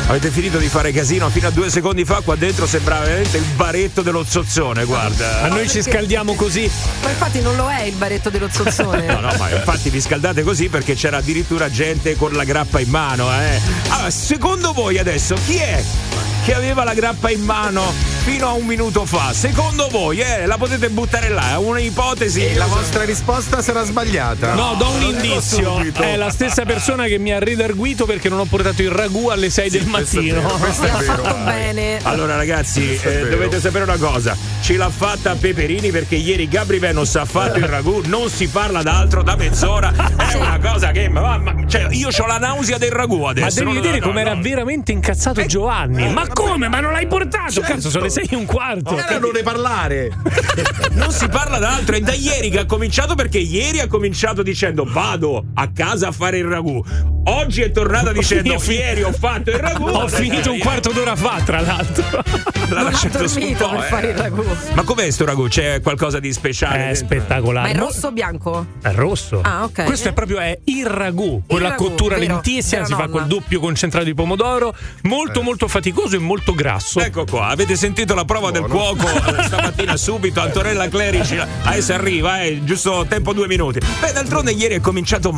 Avete finito di fare casino fino a 2 secondi fa, qua dentro sembrava veramente il baretto dello zozzone, guarda. A noi ci scaldiamo così. Ma infatti non lo è il baretto dello zozzone. No, ma infatti vi scaldate così perché c'era addirittura gente con la grappa in mano, Allora, secondo voi adesso chi è che aveva la grappa in mano fino a un minuto fa? Secondo voi, la potete buttare là, è un'ipotesi. La vostra risposta sarà sbagliata. No, do un indizio. È la stessa persona che mi ha redarguito perché non ho portato il ragù alle 6 del mattino. Questo è vero. Fatto bene. Allora ragazzi, dovete sapere una cosa, ce l'ha fatta Peperini perché ieri Gabri Venus ha fatto il ragù, non si parla d'altro da mezz'ora, è una cosa che cioè io ho la nausea del ragù adesso. Ma devi vedere com'era veramente incazzato Giovanni. Ma come? Ma non l'hai portato? Certo. Cazzo, sono le 6:15. Allora non ne parlare. Non si parla d'altro, è da ieri che ha cominciato, perché ieri ha cominciato dicendo vado a casa a fare il ragù. Oggi è tornata dicendo ieri ho fatto il ragù. Ho finito un quarto d'ora fa, tra l'altro. L'ha Non ha lasciato su un dormito po', per fare il ragù. Ma com'è sto ragù? C'è qualcosa di speciale? È spettacolare. Ma è rosso o bianco? È rosso. Ah, ok. Questo è proprio il ragù. Quella ragù, cottura vero, lentissima, vero si fa nonna. col doppio concentrato di pomodoro. Molto molto faticoso e molto grasso. Ecco qua, avete sentito la prova del cuoco stamattina subito, Antonella Clerici, adesso arriva, giusto tempo 2 minuti. Beh, d'altronde ieri è cominciato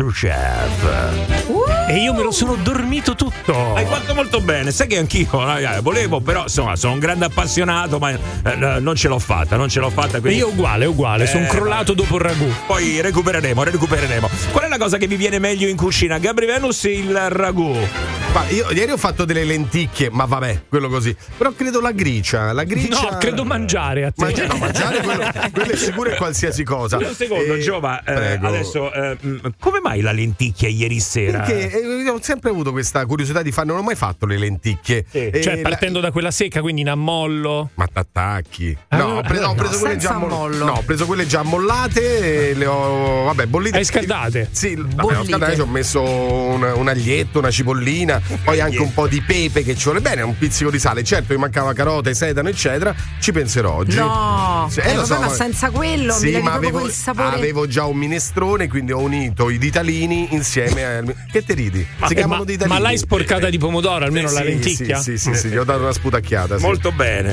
Masterchef. E io me lo sono dormito tutto. Hai fatto molto bene, sai che anch'io volevo, però insomma sono un grande appassionato, ma non ce l'ho fatta, E quindi io uguale, sono crollato dopo il ragù. poi recupereremo. Qual è la cosa che vi viene meglio in cucina? Gabri Venus, il ragù. Ma io ieri ho fatto delle lenticchie, ma vabbè, quello così. Però credo la gricia. No, credo mangiare a te. Mangiare quello è sicuro è qualsiasi cosa. Un secondo, Giova, prego. adesso come mai la lenticchia ieri sera? Perché ho sempre avuto questa curiosità di fare, non ho mai fatto le lenticchie. Sì. Cioè, partendo da quella secca, quindi in ammollo. Ma t'attacchi? Allora, ho preso quelle senza già ammollo. No, ho preso quelle già ammollate e le ho bollite. Hai scaldate? Sì, ho Bollite. scaldate, ci ho messo un aglietto, una cipollina, poi anche un po' di pepe che ci vuole bene, un pizzico di sale. Certo, mi mancava carote, sedano, eccetera. Ci penserò oggi. No, Sì, lo lo so, ma senza quello mi sì, devi ma proprio quel sapore. avevo già un minestrone, quindi ho unito i ditalini insieme che te ridi? Si chiamano ditalini. Ma l'hai sporcata di pomodoro, almeno la lenticchia? Sì, gli ho dato una sputacchiata. Sì. Molto bene.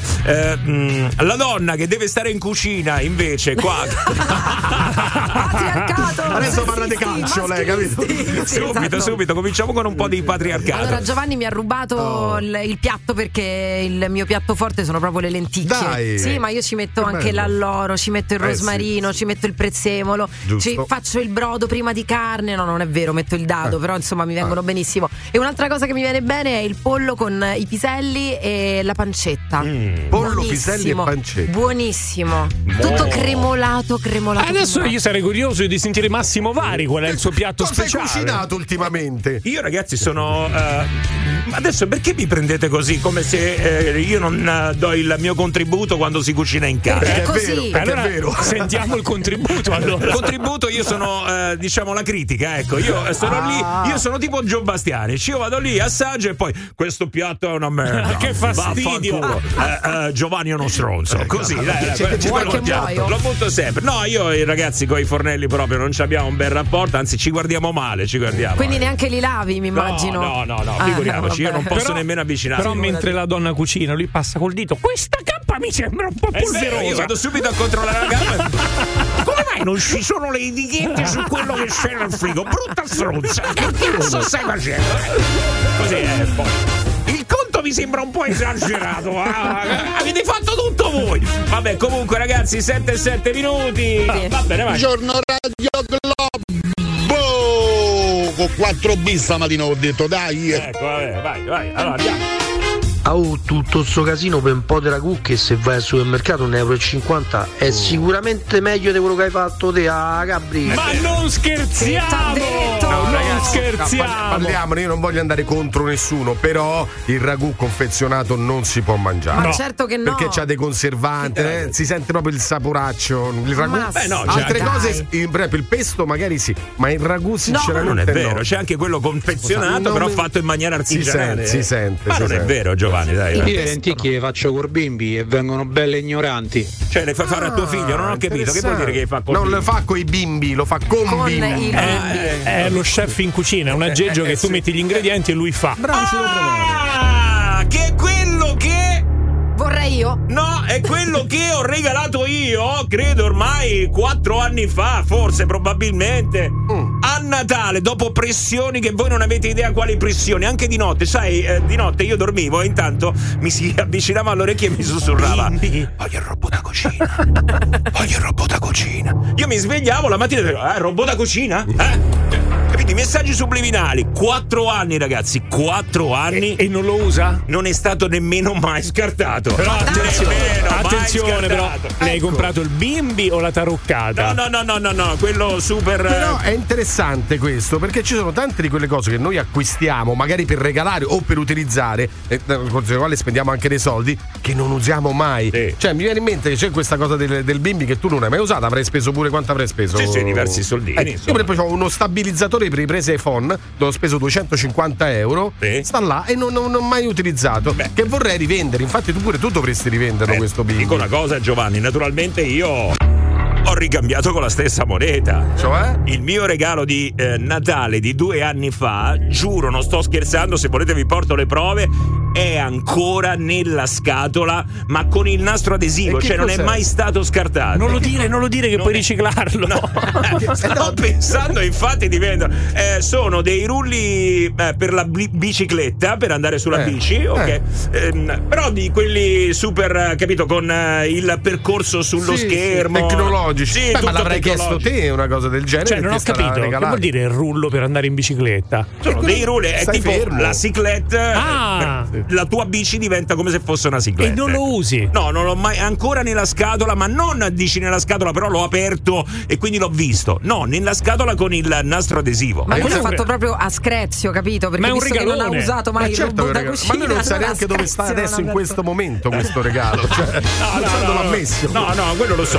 La donna che deve stare in cucina invece qua Patriarcato. Adesso parla di calcio, lei, capito? subito cominciamo con un po' di patriarcato. Allora Giovanni mi ha rubato il piatto perché il mio piatto forte sono proprio le lenticchie. Dai. Sì, ma io ci metto Che anche bello. l'alloro, ci metto il rosmarino, sì. ci metto il prezzemolo, Giusto. faccio il brodo prima di carne. No, non è vero, metto il dado, però insomma mi vengono benissimo. E un'altra cosa che mi viene bene è il pollo con i piselli e la pancetta. Pollo, Buonissimo. piselli e pancetta. Buonissimo. Tutto cremolato. Adesso io sarei curioso di sentire Massimo Vari qual è il suo piatto Cosa hai speciale. cucinato ultimamente? Io ragazzi sono adesso perché mi prendete così come se io non do il mio contributo quando si cucina in casa? Perché è È così. vero, perché Allora è vero. sentiamo il contributo allora. Il contributo, io sono diciamo la critica, ecco, io sono lì, io sono tipo Gio Bastianic, io vado lì, assaggio e poi questo piatto è una merda. Che fastidio. Vaffanculo. Giovanni è uno stronzo, così vuoi che muoio? lo butto sempre. No, io e i ragazzi con i fornelli proprio non ci abbiamo un bel rapporto, anzi ci guardiamo male, Quindi neanche li lavi, mi immagino. No, figuriamoci, io non posso nemmeno avvicinarmi. Però mentre la donna cucina, lui passa col dito. Questa cappa mi sembra un po' È vero, polverosa. io vado subito a controllare la gamba. Come mai non ci sono le etichette su quello che c'è nel frigo? Brutta stronza, che cazzo stai facendo? Così è, poi. Il conto mi sembra un po' esagerato. Avete fatto tutto voi. Vabbè, comunque ragazzi, 7 minuti. Va bene, vai. Buongiorno Radio Globo con 4 bis stamattina ho detto dai. Ecco, vabbè, vai. Allora andiamo. Tutto sto casino per un po' di ragù che se vai al supermercato 1,50 € è sicuramente meglio di quello che hai fatto te a Gabri. Ma non scherziamo! detto? Non Ragazzi, scherziamo! parliamone, io non voglio andare contro nessuno, però il ragù confezionato non si può mangiare. Ma certo che no. Perché c'ha dei conservanti, si sente proprio il saporaccio. Il ragù, Ma Beh, no, altre dai. cose, il pesto magari sì, ma il ragù sinceramente Non è vero, no. c'è anche quello confezionato, Non però mi- fatto in maniera artigianale. Si sente. Ma si non è sente. vero, Gio. Giovanni, dai. Io le lenticchie le faccio col bimbi e vengono belle ignoranti. Cioè le fai fare a tuo figlio, non ho capito. Che vuol dire che fa con non lo fa con i bimbi, lo fa con bimbi. È lo chef in cucina, è un aggeggio che tu metti gli ingredienti e lui fa. Bravo, ci devo provare. Che è quello che Vorrei io? No, è quello che ho regalato io, credo ormai 4 anni fa, forse, probabilmente. A Natale, dopo pressioni che voi non avete idea quali pressioni, anche di notte, sai, di notte io dormivo e intanto mi si avvicinava all'orecchio e mi sussurrava: voglio il robot da cucina. Voglio il robot da cucina. Io mi svegliavo la mattina e dicevo: robot da cucina? Capiti? Messaggi subliminali. 4 anni, ragazzi, 4 anni. E non lo usa? Non è stato nemmeno mai scartato. Però attenzione, però. Ecco. Le hai comprato il bimbi o la taroccata? No, quello super. Però è interessante questo, perché ci sono tante di quelle cose che noi acquistiamo, magari per regalare o per utilizzare, con le quali spendiamo anche dei soldi, che non usiamo mai. Sì. Cioè, mi viene in mente che c'è questa cosa del bimbi che tu non hai mai usato. Avrei speso pure quanto avrei speso? Sì, diversi soldini. Io per esempio ho uno stabilizzatore per i prese iPhone, dove ho speso 250 euro. Sì. Sta là e non ho mai utilizzato. Che vorrei rivendere. Infatti, tu dovresti rivenderlo questo bimbi. Dico una cosa, Giovanni, naturalmente io ho ricambiato con la stessa moneta. Cioè? Il mio regalo di Natale di 2 anni fa, giuro, non sto scherzando, se volete vi porto le prove, è ancora nella scatola, ma con il nastro adesivo, cioè non è mai stato scartato. Non lo dire che puoi riciclarlo. No. Sto pensando infatti di vendere. Sono dei rulli per la bicicletta, per andare sulla bici, ok? Però di quelli super, capito, con il percorso sullo schermo. Tecnologici. Sì, ma l'avrai chiesto te una cosa del genere? Cioè, non ho capito. Che vuol dire il rullo per andare in bicicletta? Sono dei rulli, è tipo fermo. la cicletta. La tua bici diventa come se fosse una cicletta. E non lo usi? No, non l'ho mai, ancora nella scatola, ma non dici nella scatola, però l'ho aperto e quindi l'ho visto. No, nella scatola con il nastro adesivo. Ma quello è fatto proprio a screzio, capito? Perché ma è un visto che non ha usato mai il robot da cucina. Ma lui non sa neanche dove sta adesso in questo momento questo regalo. Cioè, non l'ha messo. No, quello lo so.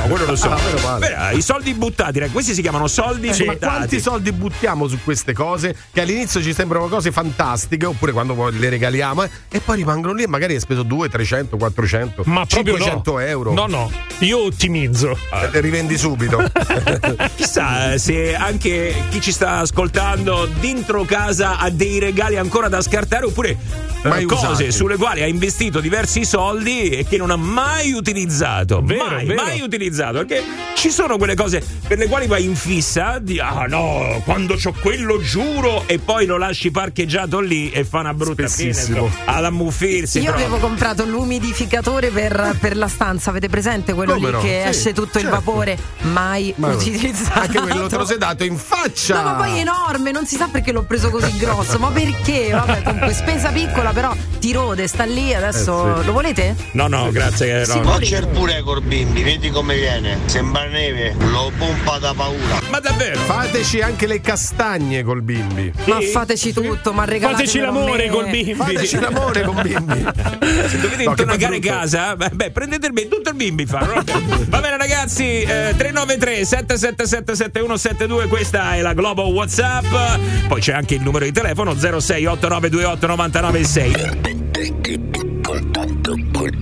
I soldi buttati, questi si chiamano soldi buttati. Ma quanti soldi buttiamo su queste cose che all'inizio ci sembrano cose fantastiche, oppure quando poi le regaliamo e poi rimangono lì e magari hai speso 200, 300, 400, ma 500 euro. No, io ottimizzo. Rivendi subito. Chissà se anche chi ci sta ascoltando dentro casa ha dei regali ancora da scartare, oppure cose usati, sulle quali ha investito diversi soldi e che non ha mai utilizzato. Mai utilizzato, perché ci sono quelle cose per le quali vai in fissa di no, quando c'ho quello giuro, e poi lo lasci parcheggiato lì e fa una brutta fine ad ammuffarsi. Io avevo comprato l'umidificatore per la stanza, avete presente quello lì che esce tutto il vapore? Mai utilizzato. Anche quello te lo sei dato in faccia. No, ma poi è enorme, non si sa perché l'ho preso così grosso. Ma perché? Vabbè, comunque spesa piccola, però ti rode, sta lì adesso. Lo volete? No, grazie. Ma c'è pure col bimbi, vedi come viene? Sembra neve, lo pompa da paura. Ma davvero? Fateci anche le castagne col bimbi. Ma fateci tutto, ma regalatemi. Fateci l'amore col bimbi. Fateci l'amore con bimbi. Se dovete intonacare casa, prendete tutto il bimbi fa. Va bene ragazzi, 393 777 7172, questa è la Globo WhatsApp. Poi c'è anche il numero di telefono 06 8928 996. Contatto col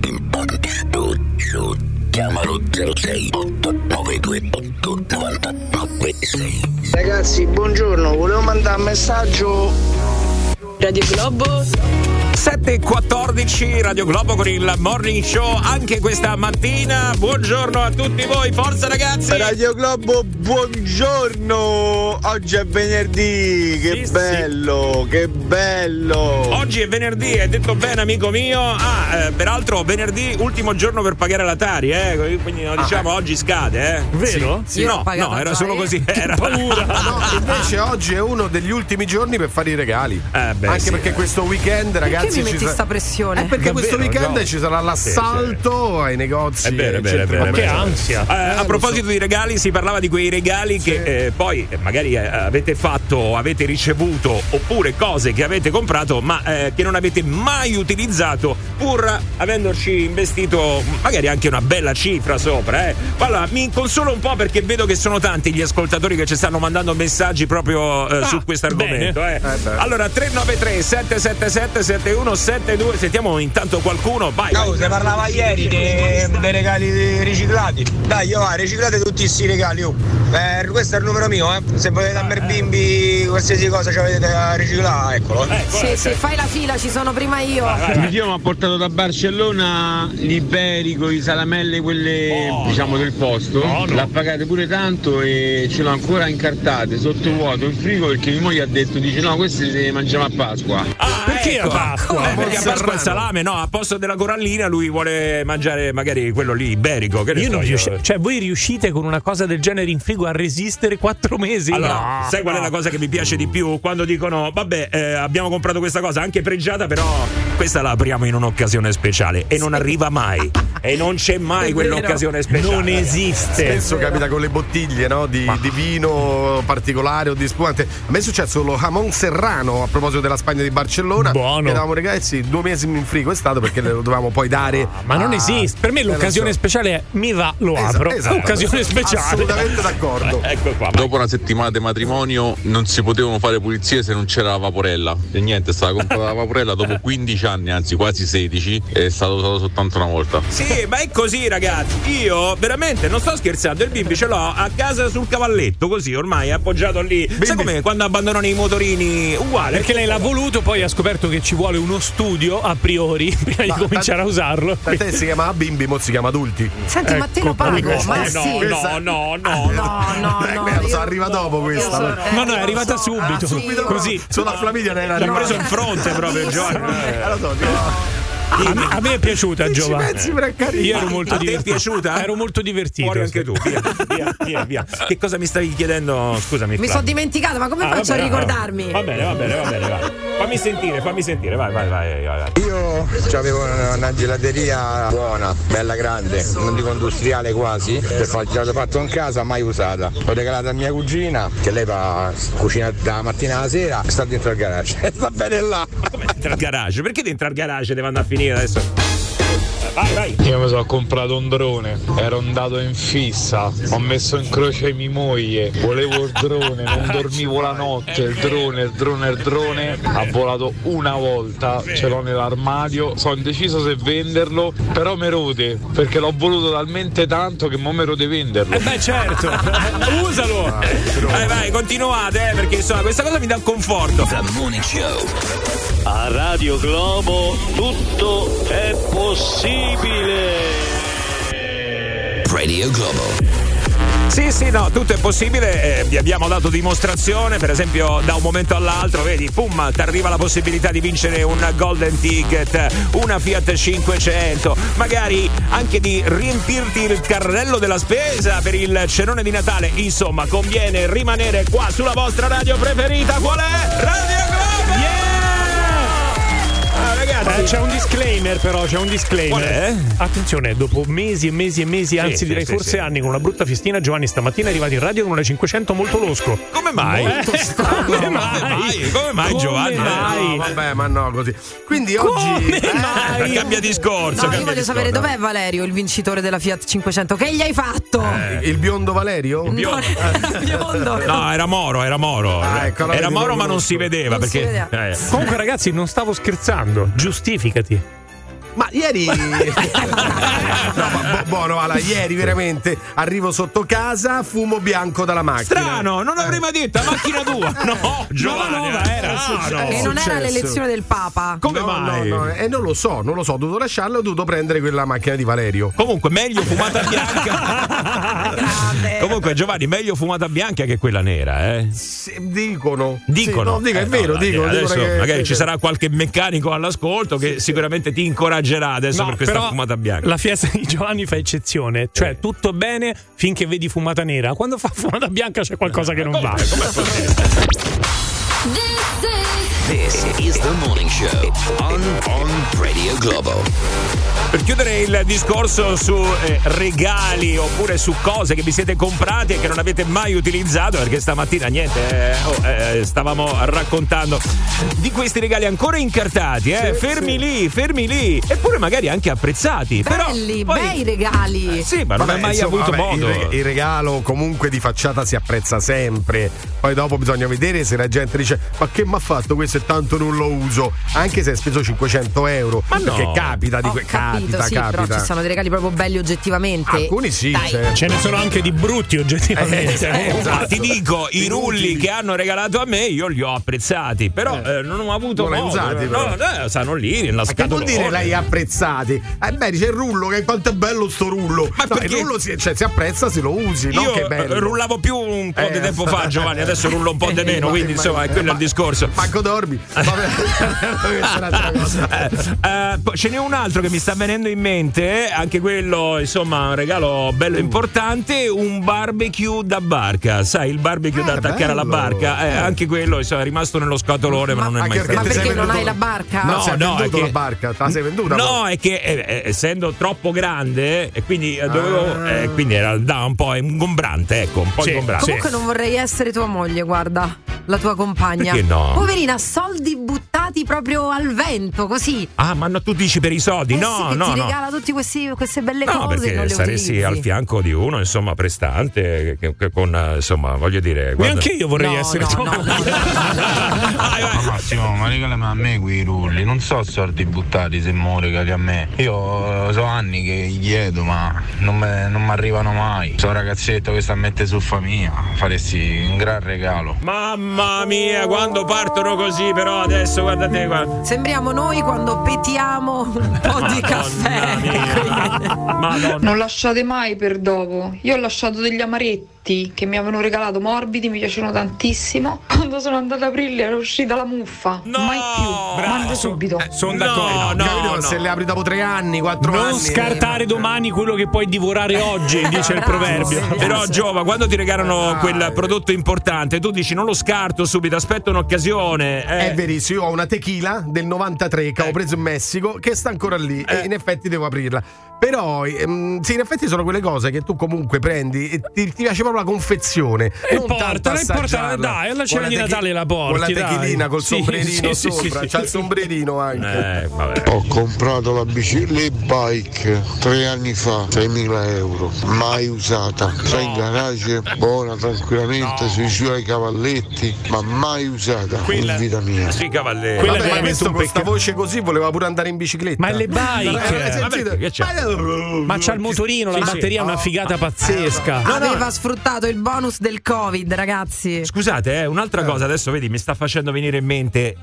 Show. Chiamalo 06 8928 996. Ragazzi, buongiorno, volevo mandare un messaggio. Radio Globo 7:14, Radio Globo con il Morning Show anche questa mattina. Buongiorno a tutti voi, forza ragazzi. Radio Globo, buongiorno. Oggi è venerdì, che bello, che bello. Oggi è venerdì, hai detto bene amico mio. Peraltro venerdì ultimo giorno per pagare la Tari, quindi diciamo oggi scade, Vero? Sì. No, era solo così, era paura. No, invece oggi è uno degli ultimi giorni per fare i regali. Anche perché questo weekend, ragazzi, perché mi metti sta pressione? Perché questo weekend ci sarà l'assalto ai negozi. È vero. Che ansia. A proposito di regali, si parlava di quei regali che poi magari avete fatto, avete ricevuto, oppure cose che avete comprato ma che non avete mai utilizzato pur avendoci investito magari anche una bella cifra sopra. Allora, mi consolo un po' perché vedo che sono tanti gli ascoltatori che ci stanno mandando messaggi proprio su questo argomento. Allora, 393 777 7172. Sentiamo intanto qualcuno. Vai. Se parlava ieri dei regali riciclati. Dai, riciclate tutti questi regali. Questo è il numero mio, se volete darmi bimbi qualsiasi cosa ci avete da riciclare, eccolo. Sì, fai la fila, ci sono prima io. Mio zio mi ha portato da Barcellona l'iberico, i salamelle, quelle diciamo del posto. L'ha pagate pure tanto e ce l'ho ancora incartate sotto vuoto in frigo perché mia moglie ha detto, dice no, questi li mangiamo a Pasqua. Perché a Pasqua? Perché a Pasqua il salame, no, a posto della corallina lui vuole mangiare magari quello lì iberico. Che io non riesco. Cioè, voi riuscite con una cosa del genere in frigo a resistere 4 mesi? Allora, sai qual è la cosa che mi piace di più? Quando dicono vabbè, abbiamo comprato questa cosa anche pregiata, però questa la apriamo in un'occasione speciale e non arriva mai. E non c'è mai quell'occasione speciale. Non esiste. Spesso capita con le bottiglie, no? Di vino particolare o di spumante. A me è successo lo jamon serrano a proposito della Spagna di Barcellona. Buono. Che davamo ragazzi 2 mesi in frigo è stato perché lo dovevamo poi dare. Ma non esiste. Per me l'occasione speciale è mi va, lo apro. Esatto. Occasione speciale. Assolutamente d'accordo. Ecco qua. Dopo una settimana di matrimonio non si potevano fare pulizie se non c'era la vaporella. E niente, è stata comprata la vaporella dopo 15 anni, anzi quasi 16, è stato usato soltanto una volta. Sì, ma è così, ragazzi. Io veramente non sto scherzando, il bimbi ce l'ho a casa sul cavalletto, così ormai è appoggiato lì. Bimbi. Sai come quando abbandonano i motorini? Uguale. Perché lei l'ha voluto, poi ha scoperto che ci vuole uno studio a priori prima di cominciare a usarlo. Per te si chiama bimbi, mo si chiama adulti. Senti, ma te lo pago? Ma sì. No. Arriva dopo questa. No, è arrivata subito. Così. Sulla Flamidia ne era arrivata. L'ha preso in fronte proprio, Giovanni. Lo so, A me è piaciuta, Giovanni. Io ero molto divertito. Ti è piaciuta? Ero molto divertito. Fuori anche tu. Via. Che cosa mi stavi chiedendo? Scusami. Mi sono dimenticata, ma come faccio a ricordarmi? Va bene, vai. Fammi sentire, vai. Io avevo una gelateria buona, bella grande, non dico industriale quasi, per fare il gelato fatto in casa, mai usata. L'ho regalata a mia cugina, che lei cucina dalla mattina alla sera, sta dentro al garage. E sta bene là. Come dentro al garage? Perché dentro al garage deve andare a finire adesso? Vai. Io mi sono comprato un drone, ero andato in fissa, ho messo in croce mia moglie, volevo il drone, non dormivo la notte, il drone ha volato una volta, ce l'ho nell'armadio, sono indeciso se venderlo, però mi rode, perché l'ho voluto talmente tanto che mo mi rode venderlo. Beh certo, usalo! Vai, continuate, perché insomma questa cosa mi dà conforto. The Morning Show. A Radio Globo tutto è possibile. Radio Globo. Sì, no, tutto è possibile, vi abbiamo dato dimostrazione, per esempio da un momento all'altro, vedi, pum, ti arriva la possibilità di vincere un golden ticket, una Fiat 500, magari anche di riempirti il carrello della spesa per il cenone di Natale, insomma, conviene rimanere qua sulla vostra radio preferita, qual è? Radio Globo! Yeah! Ragazzi, c'è un disclaimer però, Qual è? Attenzione, dopo mesi e mesi, anzi direi forse anni, con una brutta festina, Giovanni stamattina è arrivato in radio con una 500 molto losco. Come mai? Come mai Giovanni? No, vabbè, ma no, così. Quindi oggi cambia discorso. No, io voglio sapere dov'è Valerio, il vincitore della Fiat 500. Che gli hai fatto? Il biondo Valerio? Biondo. No, era Moro. Era Moro, ma non si vedeva perché. Comunque, ragazzi, non stavo scherzando. Giustificati. Ma ieri buono, ieri veramente arrivo sotto casa, fumo bianco dalla macchina. Strano, non avrei mai detto, la macchina tua. No, Giovanni, era. E non era l'elezione del Papa. Come mai? No, non lo so, ho dovuto lasciarlo, ho dovuto prendere quella macchina di Valerio. Comunque meglio fumata bianca. Comunque Giovanni, meglio fumata bianca che quella nera, Dicono. Sì, è vero, dicono. Adesso che magari ci sarà qualche meccanico all'ascolto che sicuramente ti incoraggerà adesso per questa fumata bianca. La fiesta di Giovanni fa eccezione, cioè tutto bene finché vedi fumata nera. Quando fa fumata bianca c'è qualcosa che non va. Com'è possibile? This is This is the morning show on Radio Globo. Per chiudere il discorso su regali oppure su cose che vi siete comprati e che non avete mai utilizzato, perché stamattina stavamo raccontando di questi regali ancora incartati, fermi lì, eppure magari anche apprezzati. Belli, però, bei regali. Sì, ma non hai mai avuto modo. Il regalo comunque di facciata si apprezza sempre. Poi dopo bisogna vedere se la gente dice: ma che mi ha fatto questo e tanto non lo uso, anche se hai speso 500 euro. Ma perché capita di capita. Però ci sono dei regali proprio belli oggettivamente. Alcuni sì, ce ne sono anche di brutti oggettivamente. Ma ti dico, i rulli che hanno regalato a me io li ho apprezzati, però non ho avuto modo. Usati, stanno lì nella scatola. Che vuol dire l'hai apprezzati? Dice il rullo, che quanto è bello sto rullo. Ma no, il rullo si apprezza se lo usi. Io che bello. rullavo più un po' di tempo fa, Giovanni, adesso rullo un po' di meno, quindi insomma è quello il discorso. Manco dormi. Ce n'è un altro che mi sta venendo in mente, anche quello insomma un regalo bello importante, un barbecue da barca, sai, il barbecue da attaccare alla barca, anche quello insomma, è rimasto nello scatolone, ma non è mai stato. Ma perché non hai la barca? No, è che la barca, te la sei venduta? No, è che essendo troppo grande e quindi quindi era un po' ingombrante, ecco, un po' ingombrante. Comunque non vorrei essere tua moglie, guarda, la tua compagna. Perché no? Poverina, soldi buttati proprio al vento, così. Ah, ma tu dici per i soldi? No, ti regala tutte queste belle cose. No, perché non le saresti utilizzi. al fianco di uno, insomma, prestante, che con, insomma, voglio dire. Neanche io vorrei essere tuo. Massimo, ma regalami a me quei rulli, non so soldi buttati se mo regali a me. Io so anni che gli chiedo, ma non mi arrivano mai. Sono ragazzetto che sta a mettere su famiglia, faresti un gran regalo. Mamma mia, quando partono così, però adesso guardate qua. Sembriamo noi quando petiamo un po' di caffè. Madonna. Non lasciate mai per dopo. Io ho lasciato degli amaretti che mi avevano regalato morbidi, mi piacevano tantissimo. Quando sono andata ad aprirli era uscita la muffa. Mai più. Manda subito. Sono d'accordo. No. Se le apri dopo 3 anni, 4 anni. Non scartare domani quello che puoi divorare oggi, dice il proverbio. Però Giova, quando ti regalano quel prodotto importante, tu dici non lo scarto subito, aspetta un'occasione. È verissimo, io ho una tequila del 93 che ho preso in Messico, che sta ancora lì e in effetti devo aprirla. Però sì, in effetti sono quelle cose che tu comunque prendi e ti piace proprio la confezione. E porta, dai, alla cena di Natale la porti. Con la techilina, col sombrerino sì, sopra. sì, c'ha il sombrerino anche. Vabbè. Ho comprato la bike 3 anni fa, 6.000 euro, mai usata. Sei in garage, buona, tranquillamente, sui suoi cavalletti, ma mai usata in vita mia. Sui cavalletti. Ma questo con questa voce così voleva pure andare in bicicletta. Ma le bike? Che c'è? Ma c'ha il motorino, la batteria è una figata pazzesca. Aveva sfruttato il bonus del Covid, ragazzi. Scusate, un'altra cosa, adesso vedi, mi sta facendo venire in mente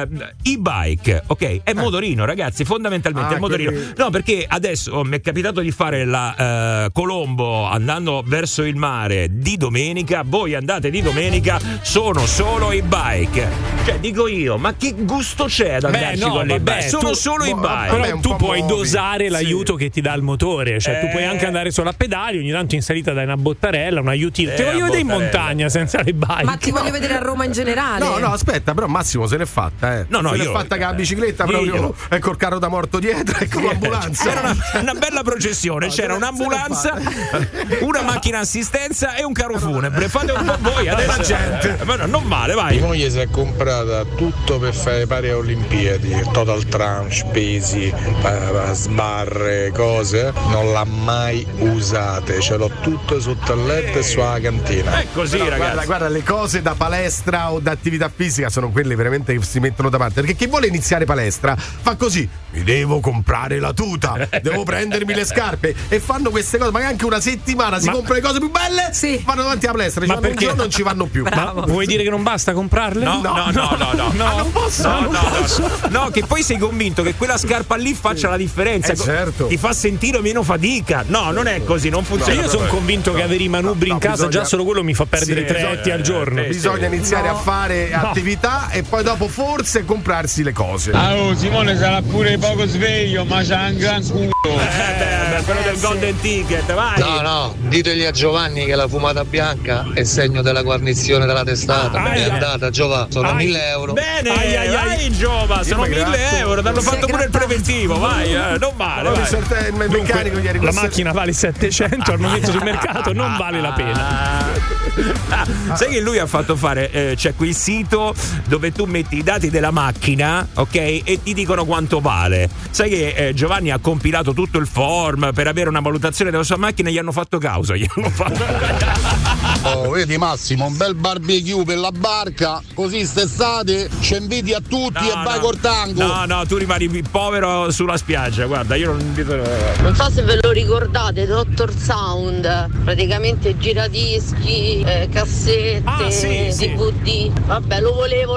e-bike, ok? È motorino, ragazzi, fondamentalmente è motorino. No, perché adesso mi è capitato di fare la Colombo andando verso il mare di domenica. Voi andate di domenica, sono solo e-bike. Cioè, dico io, ma che gusto c'è ad andarci con le bike? Sono solo e-bike. Però tu puoi dosare l'aiuto che ti dà il motore, cioè tu puoi anche andare solo a pedali, ogni tanto in salita dai una bottarella, un aiutino. Ti voglio vedere in montagna senza le bike. Ma ti voglio vedere a Roma in generale. No, aspetta, però Massimo se l'è fatta, No, se l'è fatta con la bicicletta proprio col carro da morto dietro e con l'ambulanza. C'era una bella processione, c'era un'ambulanza, una macchina assistenza e un carro funebre. Fate un po' voi adesso. Gente. Ma non male, vai. Mia moglie si è comprata tutto per fare pari Olimpiadi, total tranche, pesi, sbarre, cose, non l'ha mai usate, ce l'ho tutte sotto il letto e sulla cantina. È così, però, ragazzi. Guarda, le cose da palestra o da attività fisica sono quelle veramente che si mettono da parte, perché chi vuole iniziare palestra fa così: mi devo comprare la tuta, devo prendermi le scarpe, e fanno queste cose, ma anche una settimana si comprano le cose più belle, vanno davanti alla palestra, ma perché un giorno non ci vanno più. Ma vuoi dire che non basta comprarle? No. Non posso. No, che poi sei convinto che quella scarpa lì faccia la differenza. Certo. Ti fa sentire meno fatica. No, non è così, non funziona. Io sono convinto che avere i manubri in casa, già solo quello mi fa perdere 3 etti al giorno. Bisogna iniziare a fare attività e poi dopo forse comprarsi le cose. Simone sarà pure poco sveglio, ma c'ha un gran culo. Quello del Golden Ticket, vai. No, ditegli a Giovanni che la fumata bianca è segno della guarnizione della testata. È andata, Giova, sono 1.000 euro. Bene, vai Giova, sono 1.000 euro, t'hanno fatto pure il preventivo, vai, non male. Il meccanico ieri la macchina vale 700 al momento sul mercato, non vale la pena. Sai che lui ha fatto fare, c'è quel sito dove tu metti i dati della macchina, ok, e ti dicono quanto vale. Sai che Giovanni ha compilato tutto il form per avere una valutazione della sua macchina e gli hanno fatto causa. Vedi Massimo, un bel barbecue per la barca, così st'estate ci inviti a tutti e vai col tango. No, tu rimani povero sulla spiaggia, guarda, io non invito. Non so se ve lo ricordate, Dr. Sound, praticamente giradischi, cassette, DVD. Vabbè, lo volevo,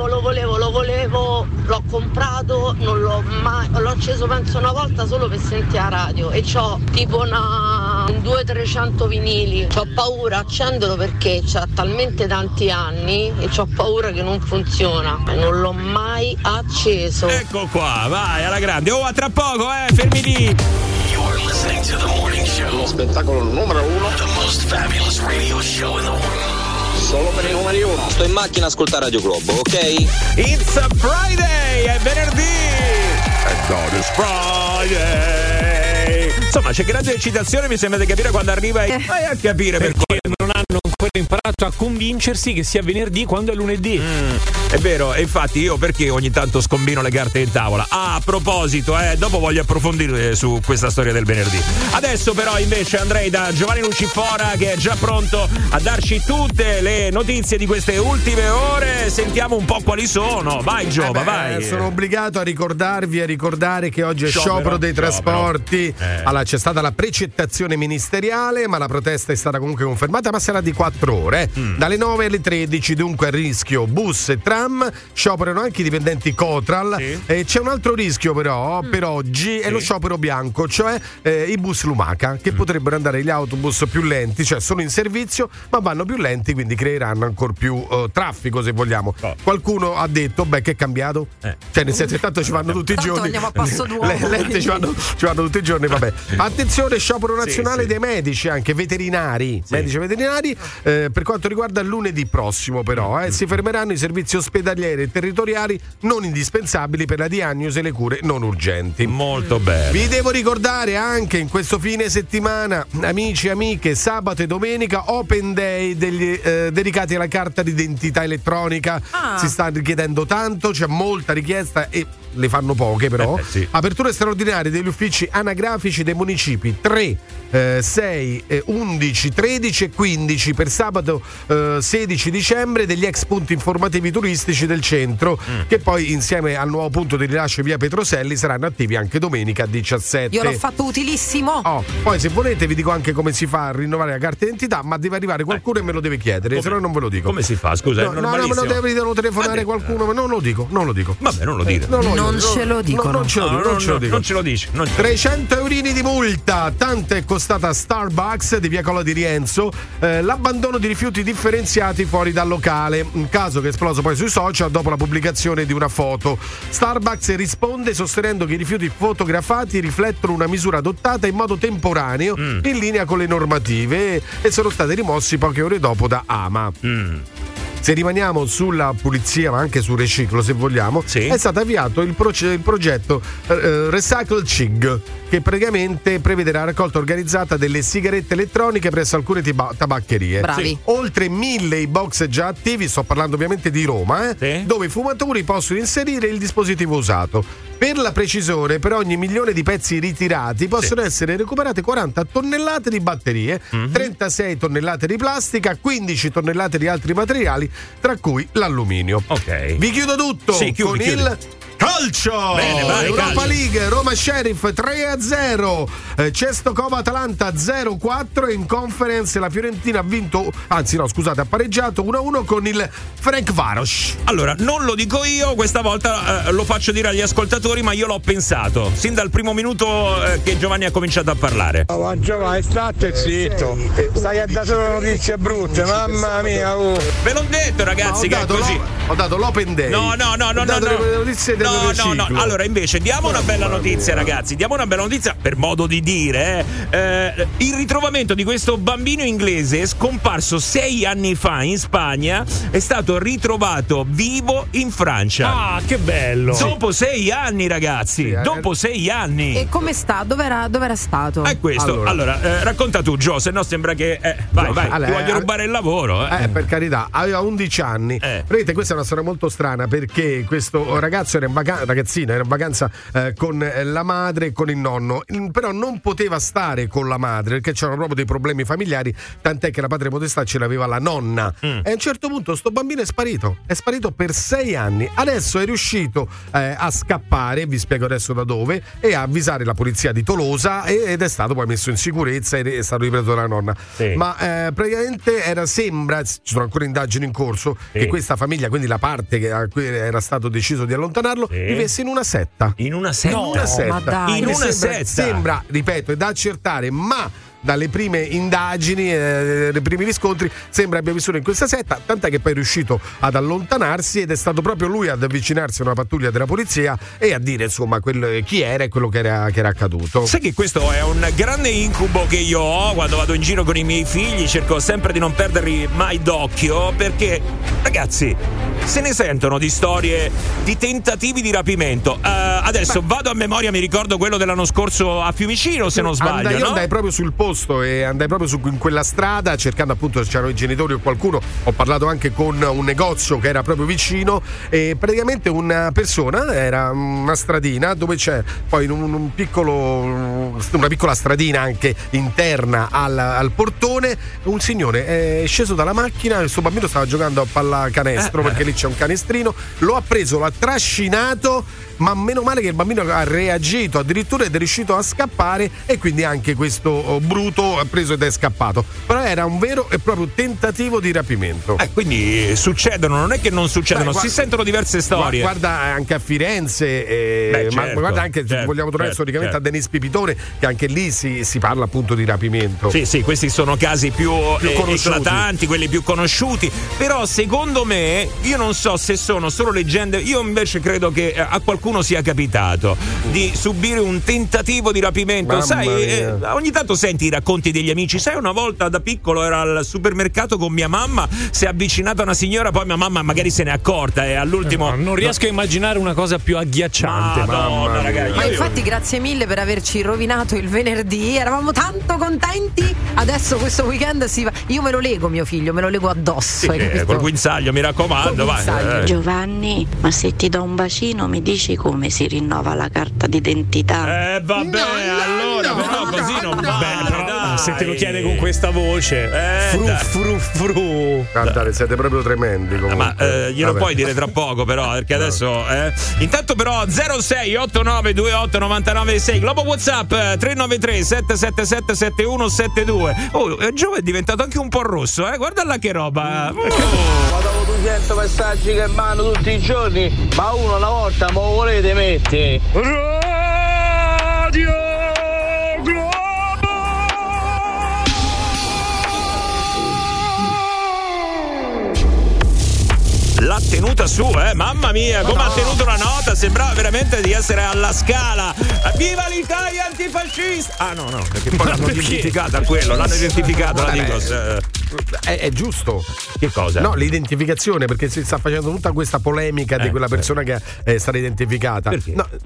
l'ho comprato, non l'ho mai, l'ho acceso penso una volta solo per sentire la radio e c'ho tipo 200-300 vinili. C'ho paura a accenderlo perché c'ha talmente tanti anni e c'ho paura che non funziona e non l'ho mai acceso. Ecco qua, vai alla grande. A tra poco, fermi lì. You're listening to the morning show. Lo spettacolo numero 1. The most fabulous radio show in the world. Solo per i numeri 1. Sto in macchina a ascoltare Radio Globo, ok? It's a Friday, è venerdì. And God is Friday. Insomma, c'è grande eccitazione, mi sembra di capire quando arriva e vai a capire perché non hanno ancora imparato a convincersi che sia venerdì quando è lunedì. È vero, e infatti io perché ogni tanto scombino le carte in tavola. A proposito, dopo voglio approfondire su questa storia del venerdì. Adesso però invece andrei da Giovanni Lucifora che è già pronto a darci tutte le notizie di queste ultime ore. Sentiamo un po' quali sono. Vai Giova, vai. Sono obbligato a ricordare che oggi è sciopero dei trasporti. Allora c'è stata la precettazione ministeriale, ma la protesta è stata comunque confermata, ma sarà di 4 ore. Dalle 9 alle 13, dunque a rischio bus e tram, scioperano anche i dipendenti Cotral. E c'è un altro rischio però per oggi, è lo sciopero bianco, cioè i bus lumaca, che potrebbero andare gli autobus più lenti, cioè sono in servizio ma vanno più lenti, quindi creeranno ancora più traffico, se vogliamo. Qualcuno ha detto che è cambiato? Cioè nel senso, tanto ci vanno tutti i giorni, andiamo a passo d'uomo. le lenti ci vanno tutti i giorni, vabbè. Attenzione, sciopero nazionale dei medici, anche veterinari, medici veterinari, per quanto riguarda lunedì prossimo però, si fermeranno i servizi ospedalieri e territoriali non indispensabili per la diagnosi e le cure non urgenti. Molto bene. Vi devo ricordare anche in questo fine settimana, amici e amiche, sabato e domenica Open Day dedicati alla carta d'identità elettronica. Si sta richiedendo tanto, c'è molta richiesta e le fanno poche però. Aperture straordinarie degli uffici anagrafici dei municipi 3, 6, 11, 13 e 15 per sabato 16 dicembre degli ex punti informativi turistici del centro, che poi insieme al nuovo punto di rilascio via Petroselli saranno attivi anche domenica 17. Io l'ho fatto utilissimo. Poi se volete vi dico anche come si fa a rinnovare la carta d'identità, ma deve arrivare qualcuno e me lo deve chiedere, se no non ve lo dico. Come si fa? Scusa, no, me lo devono telefonare qualcuno, ma non lo dico. Vabbè, non lo dire. Non ce lo dicono. Non ce lo dici. 300 eurini di multa, tanto è costata Starbucks di via Cola di Rienzo l'abbandono di rifiuti differenziati fuori dal locale, un caso che è esploso poi sui social dopo la pubblicazione di una foto. Starbucks risponde sostenendo che i rifiuti fotografati riflettono una misura adottata in modo temporaneo in linea con le normative e sono stati rimossi poche ore dopo da AMA. Se rimaniamo sulla pulizia, ma anche sul riciclo, se vogliamo, è stato avviato il progetto Recycle CIG, che praticamente prevede la raccolta organizzata delle sigarette elettroniche presso alcune tabaccherie. Bravi. Oltre 1000 i box già attivi, sto parlando ovviamente di Roma, dove i fumatori possono inserire il dispositivo usato. Per la precisione, per ogni 1 milione di pezzi ritirati possono essere recuperate 40 tonnellate di batterie, 36 tonnellate di plastica, 15 tonnellate di altri materiali, tra cui l'alluminio. Ok. Vi chiudo tutto con il Calcio! Bene, vai, Europa calcio. League, Roma Sheriff 3-0, Cestokova Atalanta 0-4 e in Conference la Fiorentina ha vinto, anzi no scusate, ha pareggiato 1-1 con il Ferencváros. Allora, non lo dico io, questa volta lo faccio dire agli ascoltatori, ma io l'ho pensato sin dal primo minuto che Giovanni ha cominciato a parlare. Ma Giovanni, state zitto, stai a dare solo notizie brutte, mamma mia. Ve l'ho detto, ragazzi, che è così. Ho dato l'open day. No. Allora, invece, diamo una bella notizia, ragazzi. Diamo una bella notizia, per modo di dire. Il ritrovamento di questo bambino inglese scomparso 6 anni fa in Spagna è stato ritrovato vivo in Francia. Ah, che bello! Dopo 6 anni, ragazzi. Dopo 6 anni. E come sta? Dov'era stato? È questo. Allora, racconta tu, Gio, se no sembra che. Vai, ti voglio rubare il lavoro. Per carità, aveva 11 anni. Vedete, questa è una storia molto strana perché questo ragazzo era in vacanza con la madre e con il nonno, però non poteva stare con la madre perché c'erano proprio dei problemi familiari, tant'è che la padre potestà ce l'aveva la nonna. E a un certo punto sto bambino è sparito per 6 anni. Adesso è riuscito a scappare, vi spiego adesso da dove, e a avvisare la polizia di Tolosa ed è stato poi messo in sicurezza ed è stato ripreso dalla nonna. Ma praticamente sembra, ci sono ancora indagini in corso, che questa famiglia, quindi la parte a cui era stato deciso di allontanarlo, vivesse in una setta. In una setta? In una setta. In una setta. Sembra, ripeto, è da accertare, ma dalle prime indagini, dai primi riscontri, sembra abbia vissuto in questa setta, tant'è che poi è riuscito ad allontanarsi ed è stato proprio lui ad avvicinarsi a una pattuglia della polizia e a dire insomma chi era e quello che era accaduto. Sai che questo è un grande incubo che io ho quando vado in giro con i miei figli, cerco sempre di non perderli mai d'occhio, perché ragazzi se ne sentono di storie di tentativi di rapimento. Adesso vado a memoria, mi ricordo quello dell'anno scorso a Fiumicino, se non sbaglio. Io andai proprio sul posto e andai proprio in quella strada cercando, appunto, se c'erano i genitori o qualcuno. Ho parlato anche con un negozio che era proprio vicino e praticamente una persona, era una stradina dove c'è poi una piccola stradina anche interna al portone. Un signore è sceso dalla macchina, il suo bambino stava giocando a pallacanestro perché lì c'è un canestrino, lo ha preso, l'ha trascinato, ma meno male che il bambino ha reagito addirittura ed è riuscito a scappare, e quindi anche questo bruto ha preso ed è scappato. Però era un vero e proprio tentativo di rapimento. Quindi succedono, non è che non succedono, si sentono diverse storie. Guarda anche a Firenze, ma guarda anche, se vogliamo tornare storicamente a Denis Pipitone, che anche lì si parla appunto di rapimento. Sì, questi sono casi più eclatanti, quelli più conosciuti. Però secondo me, io non so se sono solo leggende, io invece credo che a qualcuno sia capitato di subire un tentativo di rapimento. Mamma sai, mia. Ogni tanto senti i racconti degli amici. Sai, una volta da piccolo ero al supermercato con mia mamma, si è avvicinata una signora, poi mia mamma magari se n'è accorta e all'ultimo non riesco a immaginare una cosa più agghiacciante. Madonna, ragazzi. Ma infatti grazie mille per averci rovinato il venerdì, eravamo tanto contenti. Adesso questo weekend si va, io me lo lego, mio figlio, me lo lego addosso. Col guinzaglio, mi raccomando, vai. Giovanni, ma se ti do un bacino mi dici come si rinnova la carta d'identità? Vabbè, però così non va. Però se te lo chiede con questa voce, fru. Guardate, siete proprio tremendi comunque. Ma glielo puoi dire tra poco, però, perché adesso intanto però 0689289996 Globo WhatsApp 393 777 7172. Gio è diventato anche un po' rosso, guarda là che roba. Dopo 200 messaggi che mando tutti i giorni, ma uno una volta me lo volete mettere? Radio Globo! L'ha tenuta su, mamma mia, come ha tenuto la nota, sembrava veramente di essere alla Scala. Viva l'Italia antifascista! Ah no, perché poi l'hanno identificata quello, l'hanno identificato, la dico. È giusto. Che cosa? No, l'identificazione, perché si sta facendo tutta questa polemica di quella persona che è stata identificata. Perché? No,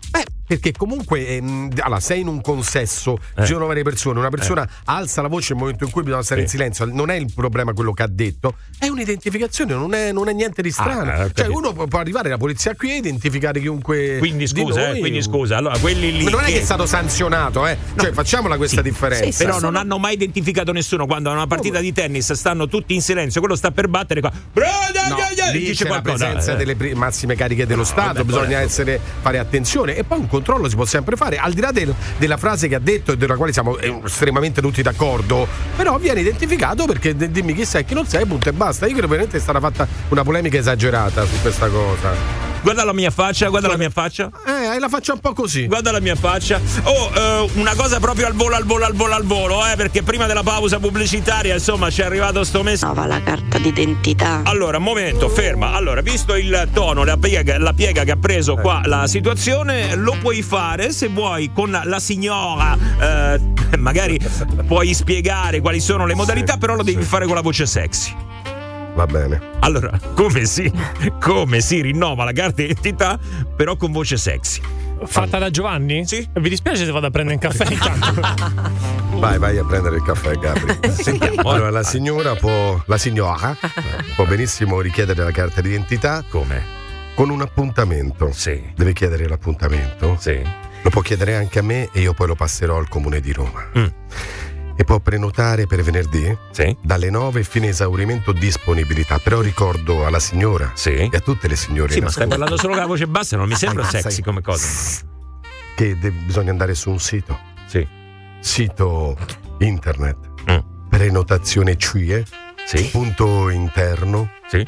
Perché comunque allora, sei in un consesso, ci sono varie persone, una persona alza la voce nel momento in cui bisogna stare in silenzio, non è il problema quello che ha detto, è un'identificazione, non è niente di strano. Cioè uno può arrivare, la polizia qui, identificare chiunque. Quindi scusa, allora quelli lì. Ma non è che è stato sanzionato, cioè facciamola questa differenza. Sì, però non hanno mai identificato nessuno quando a una partita di tennis stanno tutti in silenzio, quello sta per battere qua. Lì dice c'è qualcosa, la presenza delle massime cariche dello Stato, bisogna fare attenzione, e poi un controllo si può sempre fare, al di là della frase che ha detto e della quale siamo estremamente tutti d'accordo, però viene identificato perché dimmi chi sei e chi non sei, punto e basta. Io credo veramente è stata fatta una polemica esagerata su questa cosa. Guarda la mia faccia, la faccia un po' così. Guarda la mia faccia. Una cosa proprio al volo, perché prima della pausa pubblicitaria, insomma, ci è arrivato sto mese. La carta d'identità. Allora, momento, ferma. Allora, visto il tono, la piega che ha preso qua la situazione, lo puoi fare se vuoi con la signora. Magari puoi spiegare quali sono le modalità, però lo devi fare con la voce sexy. Va bene. Allora, come si rinnova la carta d'identità, però con voce sexy? Fatta da Giovanni? Sì. Vi dispiace se vado a prendere un caffè intanto? Vai a prendere il caffè, Gabri. Sentiamo. Allora, la signora può benissimo richiedere la carta d'identità. Come? Con un appuntamento. Sì. Deve chiedere l'appuntamento. Sì. Lo può chiedere anche a me e io poi lo passerò al Comune di Roma. E può prenotare per venerdì dalle 9 fine esaurimento disponibilità. Però ricordo alla signora e a tutte le signore. Sì, ma stai parlando solo con la voce bassa, non mi sembra sexy come cosa. Che bisogna andare su un sito. Sì. Sito internet. Prenotazione CIE. Sì. .interno. Sì.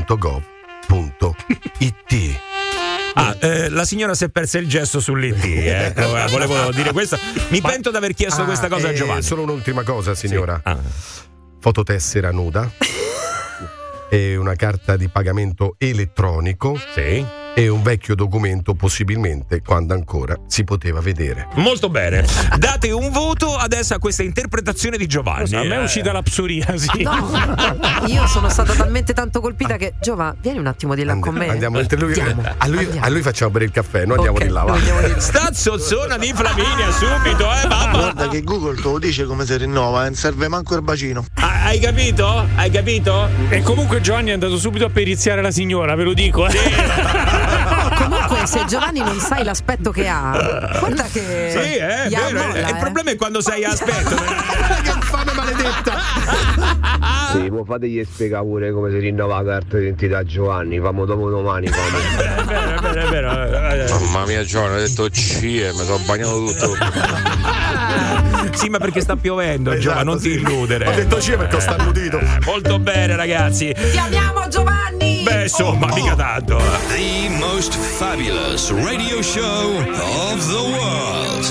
.gov.it. La signora si è persa il gesto sull'IT. Volevo dire questo. Mi pento di aver chiesto questa cosa a Giovanni. Solo un'ultima cosa, signora. Fototessera nuda e una carta di pagamento elettronico. Sì. E un vecchio documento, possibilmente quando ancora si poteva vedere. Molto bene. Date un voto adesso a questa interpretazione di Giovanni. A me è uscita la psoriasi. No, io sono stata talmente tanto colpita che Giova, vieni un attimo di là con me. Andiamo mentre lui. A lui facciamo bere il caffè, noi andiamo di là. Sta zozzona di Flaminia subito, mamma. Guarda che Google te lo dice come si rinnova, non serve manco il bacino. Hai capito? E comunque Giovanni è andato subito a periziare la signora, ve lo dico. Comunque, se Giovanni non sai l'aspetto che ha, guarda che. Sì, è vero. Il problema è quando sei aspetto. Che infame maledetta. Sì, mo fategli spiegare pure come si rinnova la carta d'identità Giovanni, famo dopo domani. È vero. Mamma mia, Giovanni, ho detto CIE, mi sono bagnato tutto. Sì, ma perché sta piovendo, Giovanni, non ti illudere. Ho detto CIE perché ho starnutito. Molto bene, ragazzi. Ti amiamo, Giovanni. Beh, insomma, mica tanto. The most fabulous radio show of the world.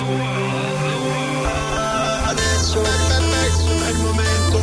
Adesso è il momento.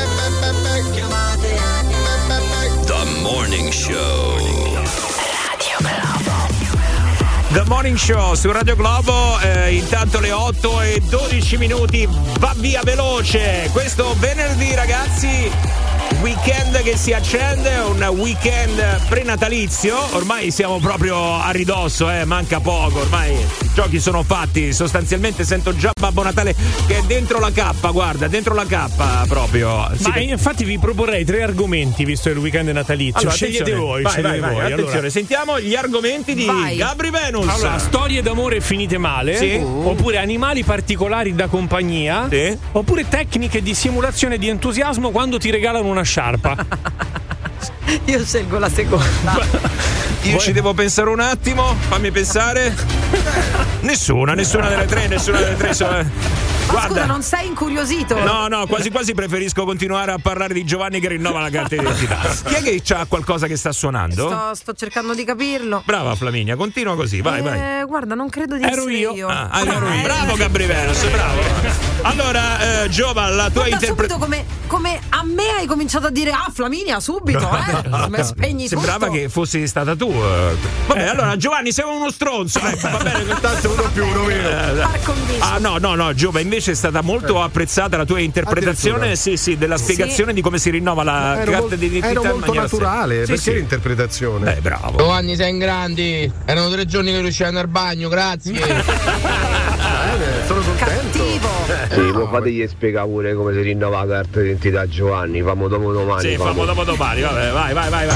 The Morning Show. Radio Globo. The Morning Show su Radio Globo. Intanto le 8:12 va via veloce questo venerdì, ragazzi. Weekend che si accende, un weekend prenatalizio. Ormai siamo proprio a ridosso, manca poco. Ormai i giochi sono fatti. Sostanzialmente sento già Babbo Natale che è dentro la cappa, guarda, dentro la cappa proprio. Ma infatti vi proporrei 3 argomenti visto il weekend natalizio. Allora, scegliete voi. Vai, Allora, attenzione, sentiamo gli argomenti di Gabri Venus. Allora, storie d'amore finite male, sì. Oppure animali particolari da compagnia, sì. Oppure tecniche di simulazione di entusiasmo quando ti regalano una sciarpa. Io scelgo la seconda. Io ci devo pensare un attimo, fammi pensare. Nessuna delle tre. Guarda, scusa, non sei incuriosito? No, quasi preferisco continuare a parlare di Giovanni che rinnova la carta d'identità. Chi è che c'ha qualcosa che sta suonando? Sto cercando di capirlo. Brava Flaminia, continua così, vai. Guarda, non credo di Ero essere io. Ero io. Bravo Gabri Venus, bravo. Allora, Giova, la tua interpretazione. Come a me hai cominciato a dire Flaminia subito, me spegni sembrava tutto. che fossi stata tu. Vabbè, allora Giovanni sei uno stronzo. Va bene, tanto 1 più 1 meno. Ah no, Giova, invece è stata molto apprezzata la tua interpretazione, sì, della spiegazione di come si rinnova la carta di identità. Era molto naturale, perché l'interpretazione? Bravo. Giovanni, sei in grandi. Erano 3 giorni che riuscivo ad andare al bagno, grazie. Sono contento. Sì, voi fategli spiegare pure come si rinnova la carta d'identità Giovanni. Famo dopo domani. Sì, famo dopo domani, vabbè, vai.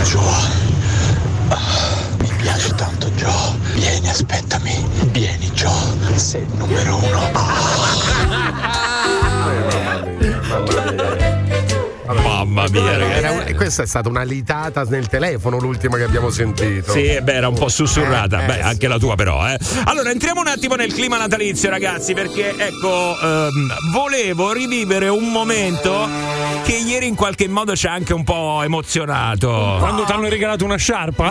Mi piace tanto Gio. Vieni, aspettami. Vieni Gio. Sei il numero 1. Mamma mia, ragazzi. Questa è stata una litata nel telefono, l'ultima che abbiamo sentito. Sì, era un po' sussurrata. Anche la tua, però. Allora, entriamo un attimo nel clima natalizio, ragazzi, perché ecco, volevo rivivere un momento che ieri in qualche modo ci ha anche un po' emozionato. Quando ti hanno regalato una sciarpa?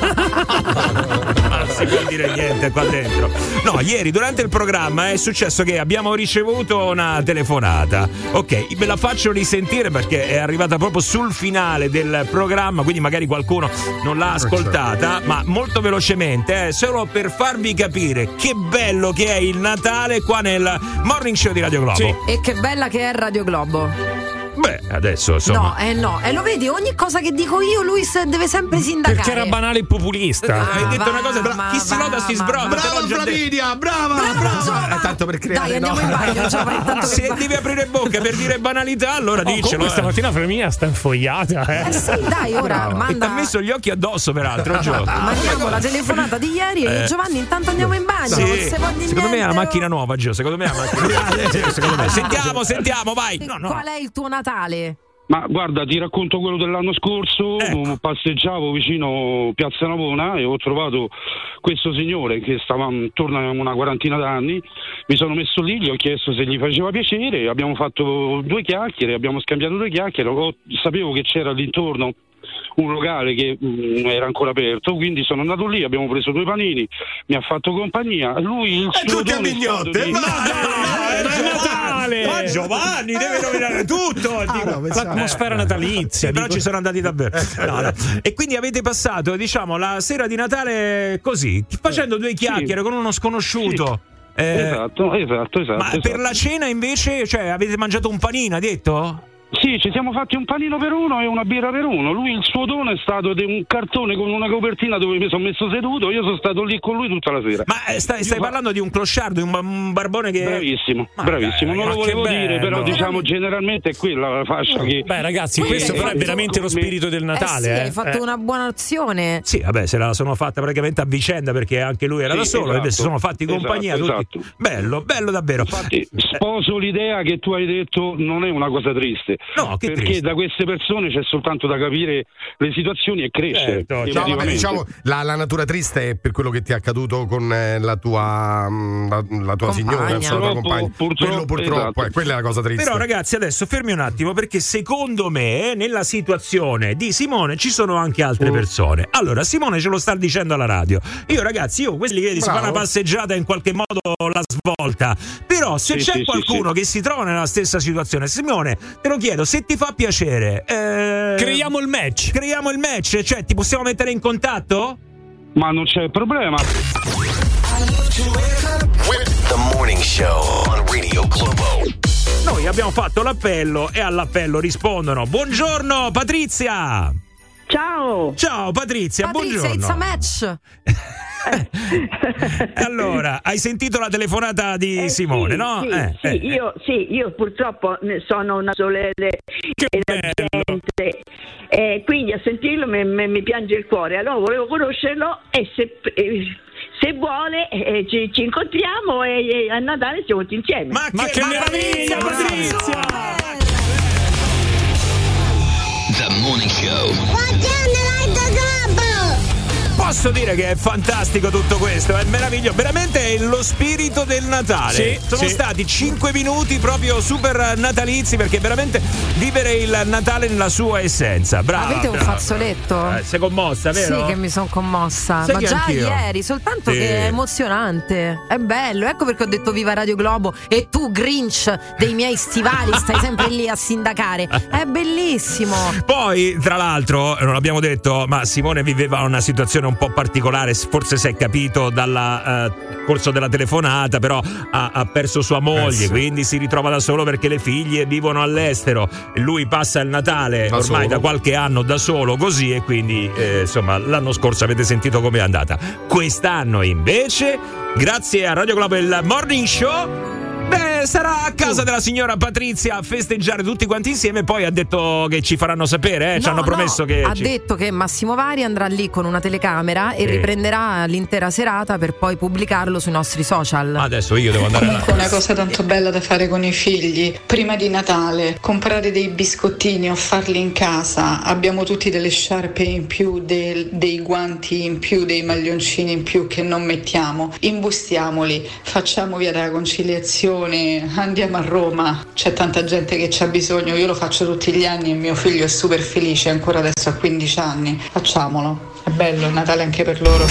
Non si può dire niente qua dentro. No, ieri durante il programma è successo che abbiamo ricevuto una telefonata. Ok, ve la faccio risentire perché è arrivata proprio sul finale del programma, quindi magari qualcuno non l'ha ascoltata, ma molto velocemente, solo per farvi capire che bello che è il Natale qua nel Morning Show di Radio Globo. Sì. E che bella che è Radio Globo. Beh, adesso insomma. No, lo vedi, ogni cosa che dico io lui deve sempre sindacare. Perché era banale e populista. Hai detto una cosa, chi si loda si sbroda. Brava Flavinia, brava. Tanto per creare. Dai, andiamo in bagno. Se devi aprire bocca per dire banalità, allora dicelo. Stamattina Flavinia sta infogliata. Sì, dai, ora manda. E ti ha messo gli occhi addosso, peraltro, Gio. Mandiamo la telefonata di ieri e Giovanni intanto andiamo in bagno. Sì. Secondo me è una macchina nuova, Gio. Secondo me è una macchina. Secondo me. Sentiamo, vai. Qual è il tuo Natale? Ma guarda, ti racconto quello dell'anno scorso. Passeggiavo vicino Piazza Navona e ho trovato questo signore che stava intorno a una quarantina d'anni. Mi sono messo lì, gli ho chiesto se gli faceva piacere, abbiamo fatto 2 chiacchiere, abbiamo scambiato 2 chiacchiere. Sapevo che c'era all'intorno un locale che era ancora aperto, quindi sono andato lì, abbiamo preso 2 panini, mi ha fatto compagnia. Lui il suo dono è stato di... Natale! Ma Giovanni deve nominare tutto! L'atmosfera natalizia. Però ci sono andati davvero. No. E quindi avete passato, diciamo, la sera di Natale così, facendo 2 chiacchiere con uno sconosciuto. Sì. Esatto. Ma per la cena invece, cioè, avete mangiato un panino, hai detto? Sì, ci siamo fatti un panino per uno e una birra per uno. Lui, il suo dono è stato un cartone con una copertina dove mi sono messo seduto. Io sono stato lì con lui tutta la sera. Ma stai parlando di un clochard, di un barbone che... Bravissimo. Non lo volevo dire, però diciamo generalmente è quella la fascia che... Beh ragazzi, questo però è veramente lo spirito del Natale. Sì, hai fatto una buona azione. Sì, vabbè, se la sono fatta praticamente a vicenda perché anche lui era da solo e si sono fatti compagnia tutti. Bello davvero. Infatti sposo l'idea che tu hai detto, non è una cosa triste. No, perché triste. Da queste persone c'è soltanto da capire le situazioni e crescere. Certo. Diciamo la natura triste è per quello che ti è accaduto con la tua signora, la tua compagna. Purtroppo, esatto. Quella è la cosa triste. Però ragazzi, adesso fermi un attimo, perché secondo me nella situazione di Simone ci sono anche altre persone. Allora, Simone ce lo sta dicendo alla radio. Quelli che si fa una passeggiata in qualche modo la svolta. Però se c'è qualcuno che si trova nella stessa situazione, Simone, te lo chiedo, se ti fa piacere, creiamo il match, cioè ti possiamo mettere in contatto? Ma non c'è problema. The Morning Show on Radio Globo. Noi abbiamo fatto l'appello e all'appello rispondono. Buongiorno Patrizia. Ciao Patrizia, buongiorno. It's a match. Allora, hai sentito la telefonata di Simone, no? Io purtroppo sono una solele gente, quindi a sentirlo mi piange il cuore. Allora volevo conoscerlo e se vuole ci incontriamo e a Natale siamo tutti insieme. Ma che meraviglia, Patrizia! The Morning Show. Posso dire che è fantastico tutto questo, è meraviglioso, veramente è lo spirito del Natale. Sono stati 5 minuti proprio super natalizi, perché veramente vivere il Natale nella sua essenza. Brava. Avete un fazzoletto? Sei commossa, vero? Sì, che mi sono commossa. Sai ma già anch'io. ieri, soltanto che è emozionante. È bello, ecco perché ho detto viva Radio Globo. E tu, Grinch dei miei stivali, stai sempre lì a sindacare. È bellissimo. Poi, tra l'altro, non abbiamo detto, ma Simone viveva una situazione un po' particolare, forse si è capito dal corso della telefonata, però ha perso sua moglie, quindi si ritrova da solo perché le figlie vivono all'estero. Lui passa il Natale ormai da qualche anno da solo così, e quindi insomma l'anno scorso avete sentito com'è andata. Quest'anno invece, grazie a Radio Globo e il Morning Show, sarà a casa della signora Patrizia a festeggiare tutti quanti insieme. Poi ha detto che ci faranno sapere, ci hanno promesso che ha detto che Massimo Vari andrà lì con una telecamera e riprenderà l'intera serata per poi pubblicarlo sui nostri social. Adesso io devo andare Comunque una cosa tanto bella da fare con i figli prima di Natale, comprare dei biscottini o farli in casa. Abbiamo tutti delle sciarpe in più, dei guanti in più, dei maglioncini in più che non mettiamo, imbustiamoli, facciamo via della conciliazione, andiamo a Roma, c'è tanta gente che c'ha bisogno, io lo faccio tutti gli anni e mio figlio è super felice, ancora adesso ha 15 anni, facciamolo, è bello, è Natale anche per loro.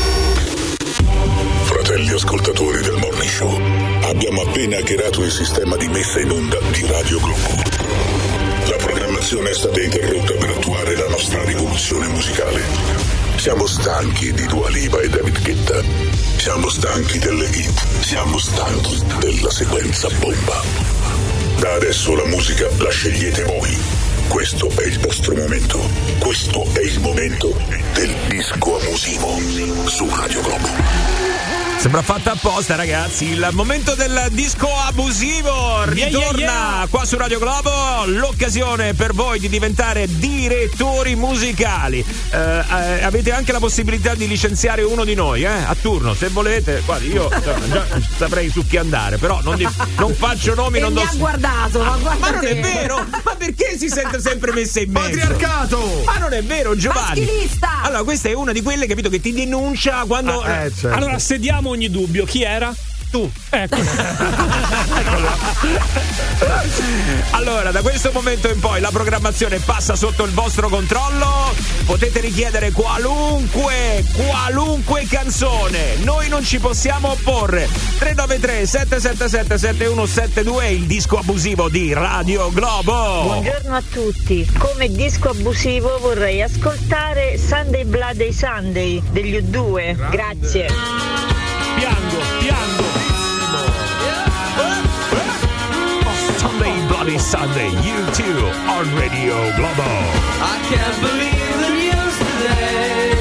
Fratelli ascoltatori del Morning Show, abbiamo appena hackerato il sistema di messa in onda di Radio Globo. La programmazione è stata interrotta per attuare la nostra rivoluzione musicale. Siamo stanchi di Dua Lipa e David Guetta. Siamo stanchi delle hit. Siamo stanchi della sequenza bomba. Da adesso la musica la scegliete voi. Questo è il vostro momento. Questo è il momento del disco abusivo su Radio Globo. Sembra fatta apposta, ragazzi. Il momento del disco abusivo ritorna qua su Radio Globo. L'occasione per voi di diventare direttori musicali. Avete anche la possibilità di licenziare uno di noi, a turno, se volete. Guardi, io già saprei su chi andare, però non faccio nomi, non do. Mi ha guardato, ma non è vero? Ma perché si sente sempre messa in mezzo? Patriarcato! Ma non è vero, Giovanni. Maschilista! Allora, questa è una di quelle, capito, che ti denuncia quando. Certo. Allora, sediamo ogni dubbio. Chi era? Tu. Ecco. Allora, da questo momento in poi la programmazione passa sotto il vostro controllo. Potete richiedere qualunque canzone. Noi non ci possiamo opporre. 393 777 7172 il disco abusivo di Radio Globo. Buongiorno a tutti. Come disco abusivo vorrei ascoltare Sunday Bloody Sunday degli U2. Grazie. Piango. Sunday Bloody Sunday, you too on Radio Globo. I can't believe the news today.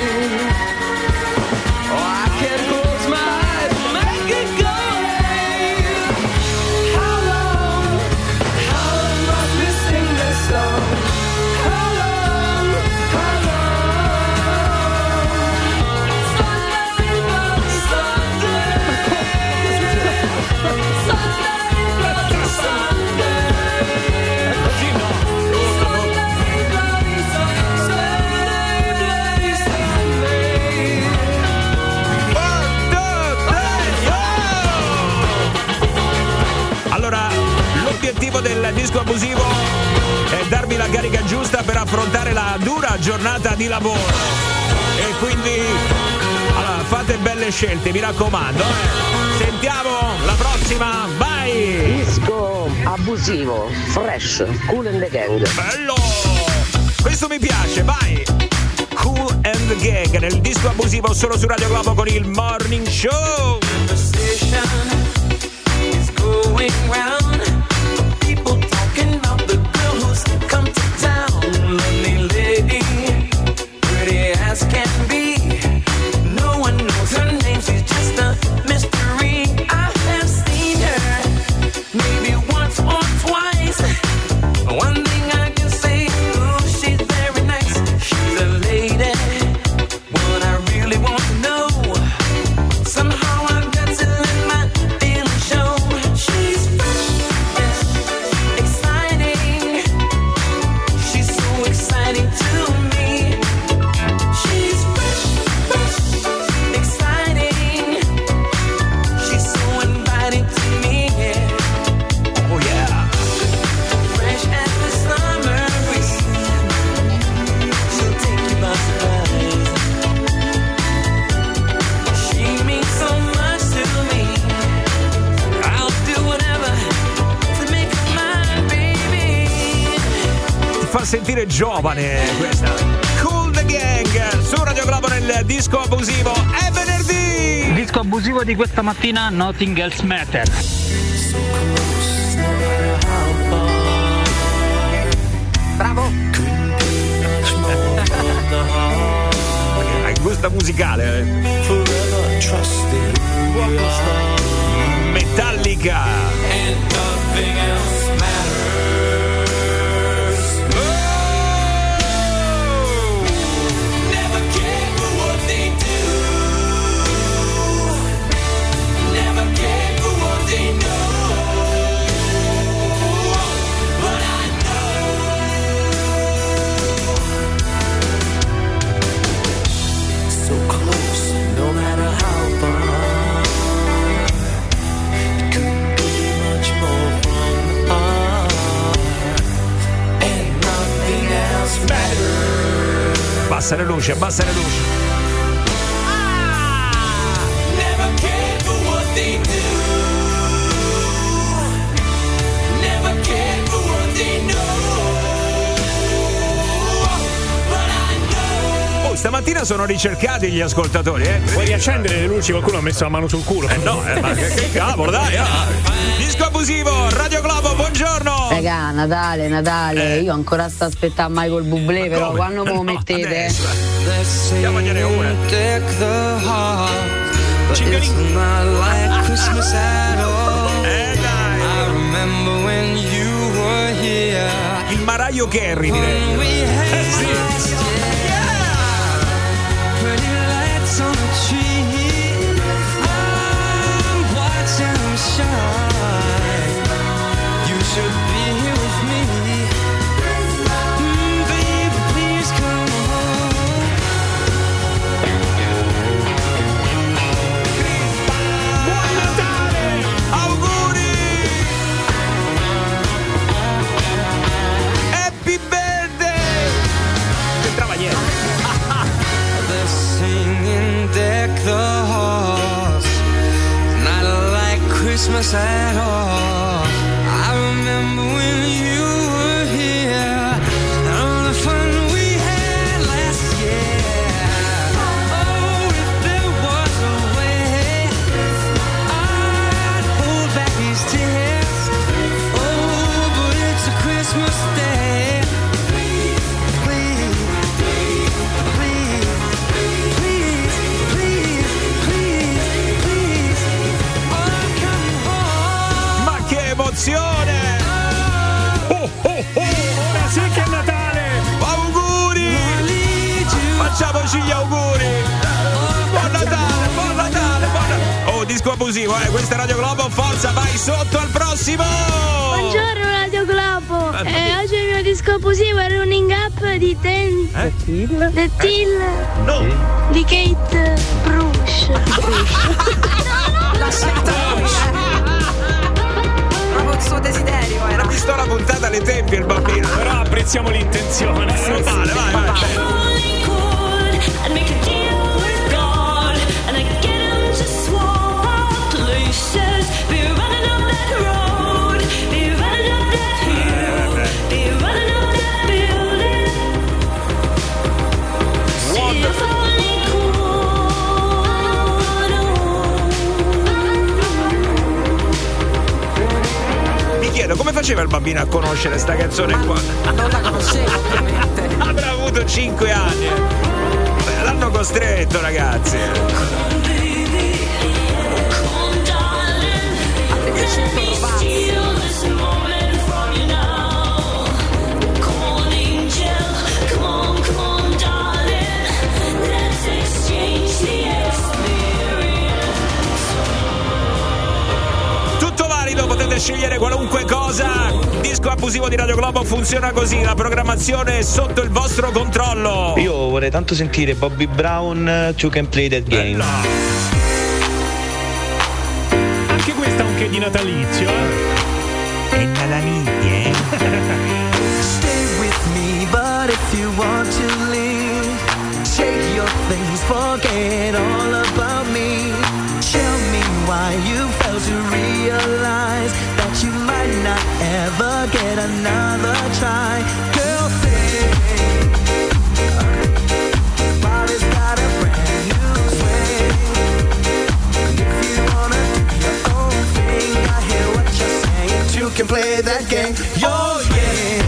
Oh, I can't close my eyes and make it go away. How long must we sing this song? How long? Sunday, Bloody Sunday. Sunday, Bloody Sunday. Allora, l'obiettivo del disco abusivo è darvi la carica giusta per affrontare la dura giornata di lavoro. E quindi allora, fate belle scelte, mi raccomando. Sentiamo la prossima, vai! Disco abusivo, fresh, Kool and the Gang. Bello! Questo mi piace, vai! Kool and the Gang nel disco abusivo solo su Radio Globo con il Morning Show. Going round, people talking about the girl who's come to town. Lonely lady, pretty as can be. No one knows her name, she's just a mystery. I have seen her, maybe once or twice. One thing I can say, ooh, she's very nice. She's a lady, what I really want to know. Somehow I've got to let my feelings show. She's fresh, exciting. She's so exciting to me. She's fresh, exciting. She's so inviting to me. Oh yeah. Fresh as the summer breeze. She'll take you by surprise. She means so much to me. I'll do whatever to make her mine, baby. Ti fa sentire giovane questa. Kool the Gang su Radio Globo nel disco abusivo. È venerdì! Disco abusivo di questa mattina, Nothing Else Matter. Bravo! Hai gusto musicale. Metallica. And nothing else matters. Oh! Never cared for what they do. Never cared for what they know. But I know. So close, no matter how far. Abbassa le luci, abbassa le luci. Never cared for what they do. Never cared for what they know. But I know. Oh, stamattina sono ricercati gli ascoltatori, Puoi riaccendere le luci, qualcuno ha messo la mano sul culo. No, ma che cavolo, dai. Disco abusivo, Radio Globo, buongiorno. Raga, Natale, io ancora sto aspettando Michael Bublé, però quando me lo mettete? Andiamogliene una. Il Mariah Carey, direi. Sì. Christmas at all. I remember when you were here and all the fun we had last year. Oh, if there was a way I'd hold back these tears. Oh, but it's a Christmas day. Please, please, please, please, please, please, please. Emozione! Ora sì che è Natale! Auguri! Facciamoci gli auguri! Buon Natale, buon Natale, buon Natale! Oh, disco abusivo, questa è Radio Globo, forza, vai sotto al prossimo! Buongiorno Radio Globo! Oggi il mio disco abusivo è Running Up di The Till no. Di Kate Bush. Proprio il suo desiderio era. Ha visto la puntata alle tempie il bambino. Però apprezziamo l'intenzione. Male, vai. Come faceva il bambino a conoscere sta canzone qua? Non la conoscevo ovviamente. Avrà avuto 5 anni. L'hanno costretto, ragazzi. Potete scegliere qualunque cosa. Disco abusivo di Radio Globo funziona così, la programmazione è sotto il vostro controllo. Io vorrei tanto sentire Bobby Brown, You Can Play That Game. Anche questa è un che di natalizio, È natalizio, Stay with me, but if you want to leave, shake your things, forget all about me. Tell me why you failed to realize that you might not ever get another try. Girl, say, what is that? can play that game. Oh yeah.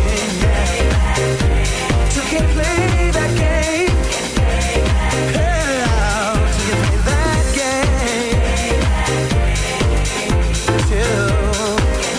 Two can play that game. Yeah, two can play that game. Two.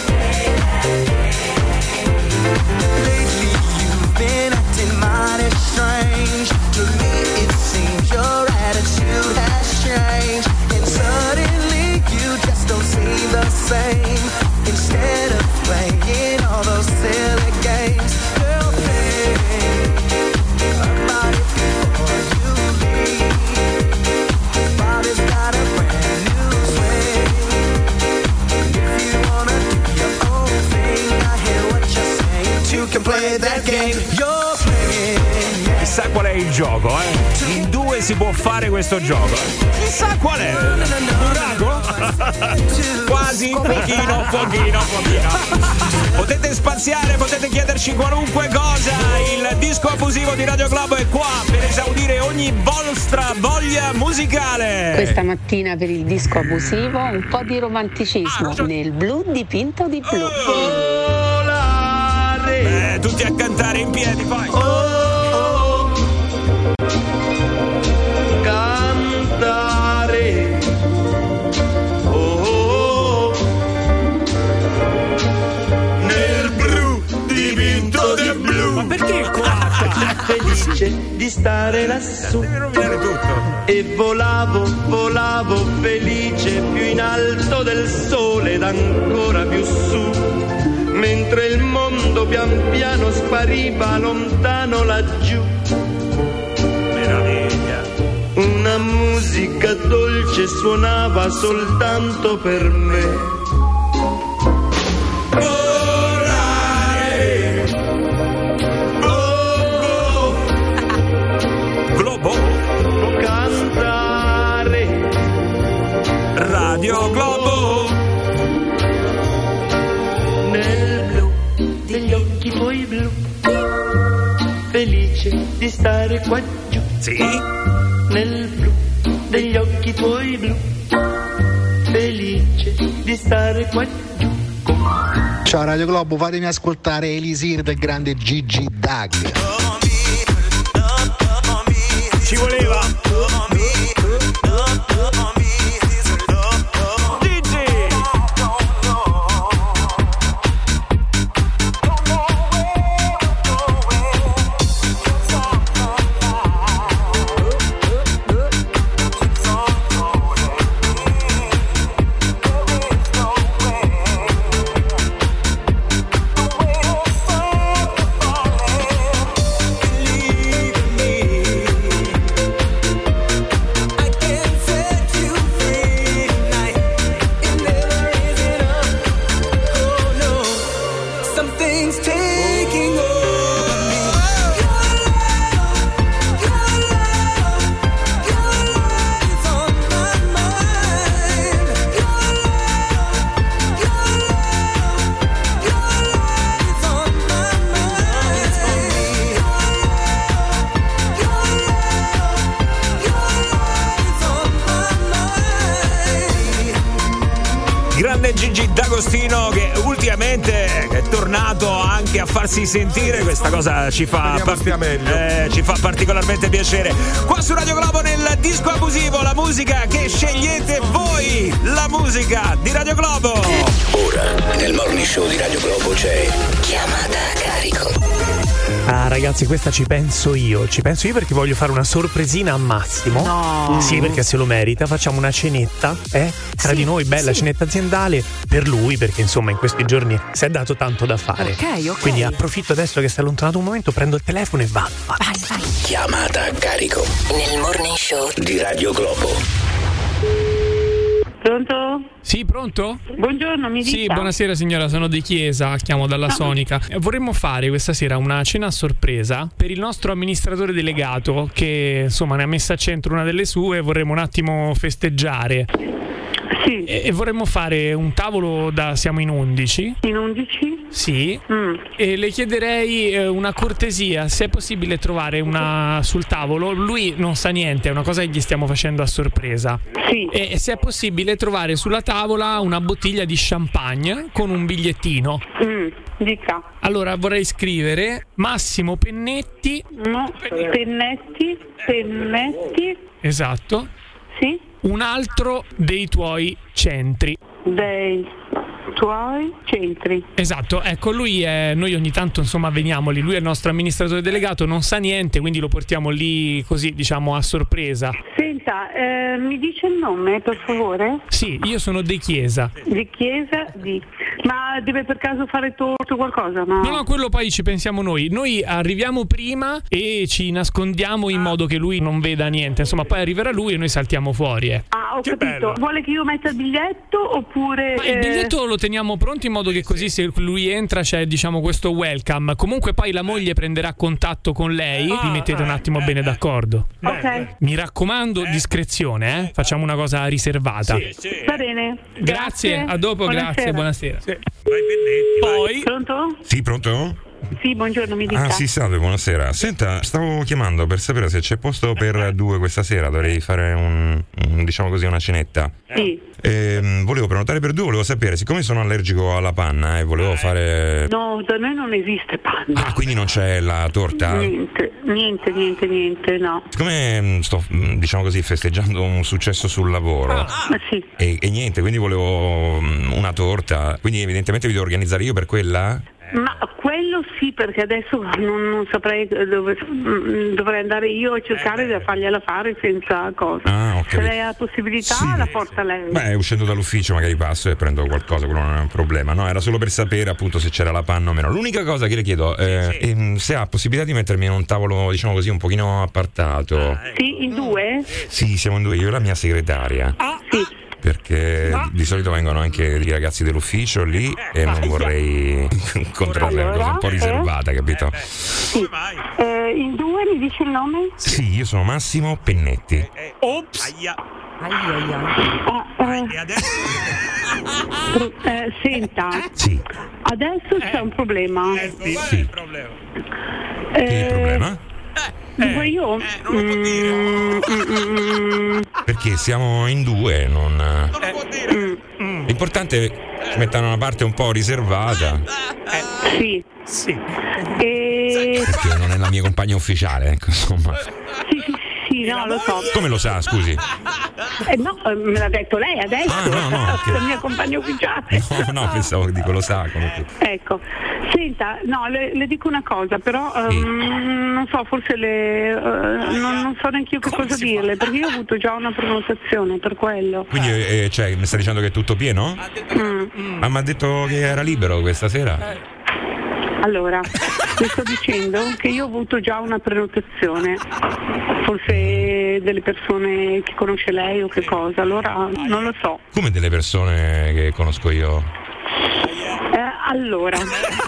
Lately you've been acting mighty strange. To me it seems your attitude has changed, and suddenly you just don't seem the same. Instead of playing all those silly games, girl, think about it before you leave. Body's got a brand new swing. If you wanna do your own thing, I hear what you're saying. Two can play that game you're playing. Chissà qual è il gioco, In due si può fare questo gioco. Chissà qual è. Un rago? Quasi, pochino. Potete spaziare, potete chiederci qualunque cosa. Il disco abusivo di Radio Globo è qua per esaudire ogni vostra voglia musicale. Questa mattina per il disco abusivo un po' di romanticismo nel blu dipinto di blu. Tutti a cantare in piedi poi. Cantare. Nel blu dipinto di blu. Ma perché qua? Felice di stare lassù. Devi rovinare tutto. E volavo felice più in alto del sole ed ancora più su, mentre il mondo pian piano spariva lontano laggiù. Meraviglia. Una musica dolce suonava soltanto per me. Radio Globo. Nel blu degli occhi tuoi blu, felice di stare qua giù. Sì. Nel blu degli occhi tuoi blu, felice di stare qua giù. Ciao Radio Globo, fatemi ascoltare Elisir del grande Gigi Dag. Ci voleva. Gigi D'Agostino, che ultimamente è tornato anche a farsi sentire. Questa cosa ci fa particolarmente piacere. Qua su Radio Globo nel disco abusivo, la musica che scegliete voi, la musica di Radio Globo. Ora nel Morning Show di Radio Globo c'è Chiamata a carico. Ah ragazzi, questa ci penso io perché voglio fare una sorpresina a Massimo. No. Sì, perché se lo merita. Facciamo una cenetta, tra di noi, bella cenetta aziendale per lui, perché insomma in questi giorni si è dato tanto da fare. Ok. Quindi approfitto adesso che si è allontanato un momento, prendo il telefono e vado. Vai. Chiamata a carico nel Morning Show di Radio Globo. Pronto? Sì, pronto? Buongiorno, mi dica. Sì, buonasera signora, sono di Chiesa, chiamo dalla Sonica. Vorremmo fare questa sera una cena a sorpresa per il nostro amministratore delegato che insomma ne ha messa a centro una delle sue e vorremmo un attimo festeggiare. Sì. E vorremmo fare un tavolo siamo in 11. In 11? Sì. E le chiederei una cortesia, se è possibile trovare una sul tavolo. Lui non sa niente, è una cosa che gli stiamo facendo a sorpresa. Sì. E se è possibile trovare sulla tavola una bottiglia di champagne con un bigliettino. Dica. Allora vorrei scrivere Massimo Pennetti. No, Pennetti. Esatto. Sì. Un altro dei tuoi centri. Dei tuoi centri. Esatto, ecco, noi ogni tanto insomma veniamo lì, lui è il nostro amministratore delegato, non sa niente, quindi lo portiamo lì così, diciamo, a sorpresa. Senta, mi dice il nome, per favore? Sì, io sono De Chiesa. De Chiesa di... Ma deve per caso fare torto o qualcosa? No, quello poi ci pensiamo noi. Noi arriviamo prima e ci nascondiamo in modo che lui non veda niente. Insomma, poi arriverà lui e noi saltiamo fuori. Ah, ho capito. Bello. Vuole che io metta il biglietto oppure... Ma il biglietto lo teniamo pronto in modo che così se lui entra c'è, diciamo, questo welcome. Comunque poi la moglie prenderà contatto con lei. Vi mettete un attimo bene d'accordo. Ok. Mi raccomando, discrezione, Facciamo una cosa riservata. Sì. Va bene. Grazie. A dopo, grazie, buonasera. Vai Pennetti, poi Pronto? Sì, pronto? Sì, buongiorno, mi dica. Ah sì, salve, buonasera. Senta, stavo chiamando per sapere se c'è posto per 2 questa sera. Dovrei fare diciamo così, una cenetta. Sì. Volevo prenotare per 2, volevo sapere, siccome sono allergico alla panna e volevo fare... No, da noi non esiste panna. Ah, quindi non c'è la torta? Niente, no. Siccome sto, diciamo così, festeggiando un successo sul lavoro sì. e niente, quindi volevo una torta, quindi evidentemente vi devo organizzare io per quella? Ma quello sì, perché adesso non saprei dove dovrei andare io a cercare di fargliela fare senza cosa. Se lei ha possibilità, sì, la porta lei. Beh, uscendo dall'ufficio magari passo e prendo qualcosa, quello non è un problema. No, era solo per sapere appunto se c'era la panna o meno. L'unica cosa che le chiedo è se ha possibilità di mettermi in un tavolo, diciamo così, un pochino appartato. Sì, in 2? Sì, siamo in 2, io e la mia segretaria. Sì. Perché di solito vengono anche i ragazzi dell'ufficio lì e non vorrei incontrarle, è una cosa un po' riservata, capito? Sì. In 2 mi dice il nome? Sì, io sono Massimo Pennetti. Ops! Senta. Sì. Adesso c'è un problema. Sì. Che è il problema? Dunque io non lo può dire. Perché siamo in 2, non lo può dire. L'importante è che ci mettano una parte un po' riservata. Sì. Perché non è la mia compagna ufficiale, ecco, insomma. Sì, no, lo so. Come lo sa, scusi? No, me l'ha detto lei adesso. No, la mia compagna ufficiale. No, pensavo che dico lo sa comunque. Ecco, senta, no, le dico una cosa, però non so, forse non so neanche io che cosa dirle, perché io ho avuto già una prenotazione per quello. Quindi, cioè, mi sta dicendo che è tutto pieno? Ma mi ha detto che era libero questa sera? Allora, le sto dicendo che io ho avuto già una prenotazione, forse delle persone che conosce lei o che cosa, allora non lo so. Come delle persone che conosco io? Allora.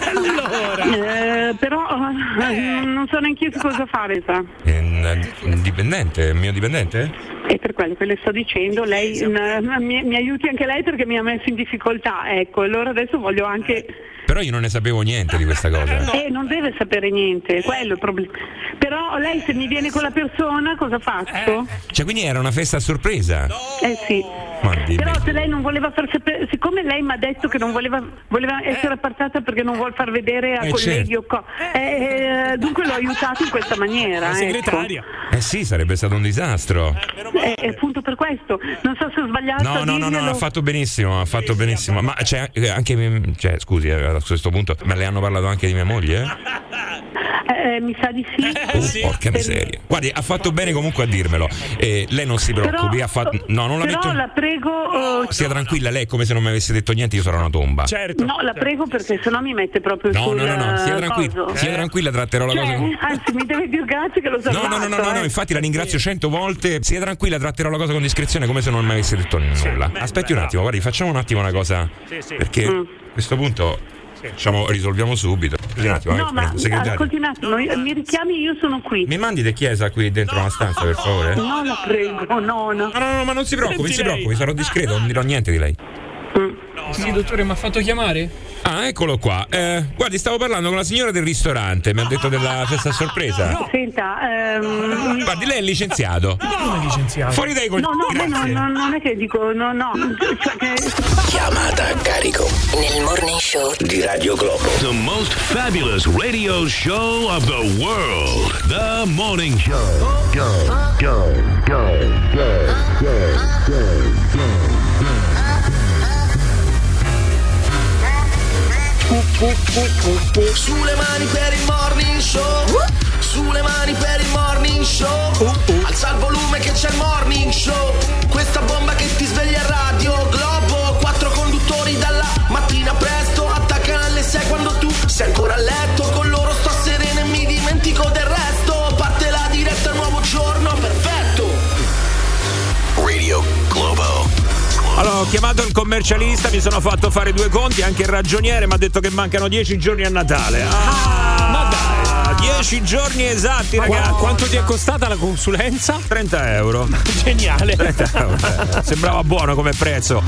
Però non so neanche io che cosa fare, sa. Dipendente, mio dipendente? E per quello che le sto dicendo, lei mi aiuti anche lei perché mi ha messo in difficoltà, ecco, allora adesso voglio anche... Però io non ne sapevo niente di questa cosa. Non deve sapere niente, quello è il problema. Però lei se mi viene con la persona, cosa faccio? Cioè, quindi era una festa a sorpresa? Sì. Però se lei non voleva far sapere, siccome lei mi ha detto che non voleva essere appartata perché non vuol far vedere a colleghi o dunque l'ho aiutato in questa maniera. La segretaria. Sì, sarebbe stato un disastro. Appunto per questo. Non so se ho sbagliato. No, ha fatto benissimo, Ma c'è anche, cioè, scusi, a questo punto, ma le hanno parlato anche di mia moglie? Mi sa di sì. Porca miseria. Guardi, ha fatto bene comunque a dirmelo. Lei non si preoccupi, non la metto. La prego. Stia tranquilla, lei è come se non mi avesse detto niente, io sarò una tomba. Certo. No, la prego perché sennò mi mette proprio No, sul sia tranquilla, tratterò la cosa. Anzi, mi deve dire grazie che lo salvato. No, infatti la ringrazio 100 volte. Sia tranquilla, tratterò la cosa con discrezione come se non mi avesse detto nulla. Aspetti un attimo, guardi, facciamo un attimo una cosa. Perché a questo punto risolviamo subito. Un attimo, No, ma segretario. ascolti un attimo, mi richiami, io sono qui. Mi mandi De Chiesa qui dentro una stanza, per favore? No, la prego, no. No, ma non si preoccupi, sarò discreto, non dirò niente di lei. Sì, dottore, mi ha fatto chiamare? Ah, eccolo qua. Guardi, stavo parlando con la signora del ristorante, mi ha detto della festa a sorpresa. No. Senta, Guardi, lei è licenziato. Non è licenziato. Fuori dai coglioni. No, non è che dico, no. Chiamata a carico nel Morning Show di Radio Globo. The most fabulous radio show of the world. The Morning Show. Sulle mani per il morning show. Sulle mani per il morning show. Alza il volume che c'è il morning show. Questa bomba che ti sveglia a Radio Globo. 4 conduttori dalla mattina presto. Attaccano alle 6 quando tu sei ancora a letto. Con loro sto sereno e mi dimentico del resto. Parte la diretta, nuovo giorno perfetto. Radio Globo. Allora, ho chiamato il commercialista, mi sono fatto fare 2 conti, anche il ragioniere mi ha detto che mancano 10 giorni a Natale. Ma dai, 10 giorni esatti, ragazzi. Quanto ti è costata la consulenza? 30 euro. Geniale. 30 euro. Sembrava buono come prezzo.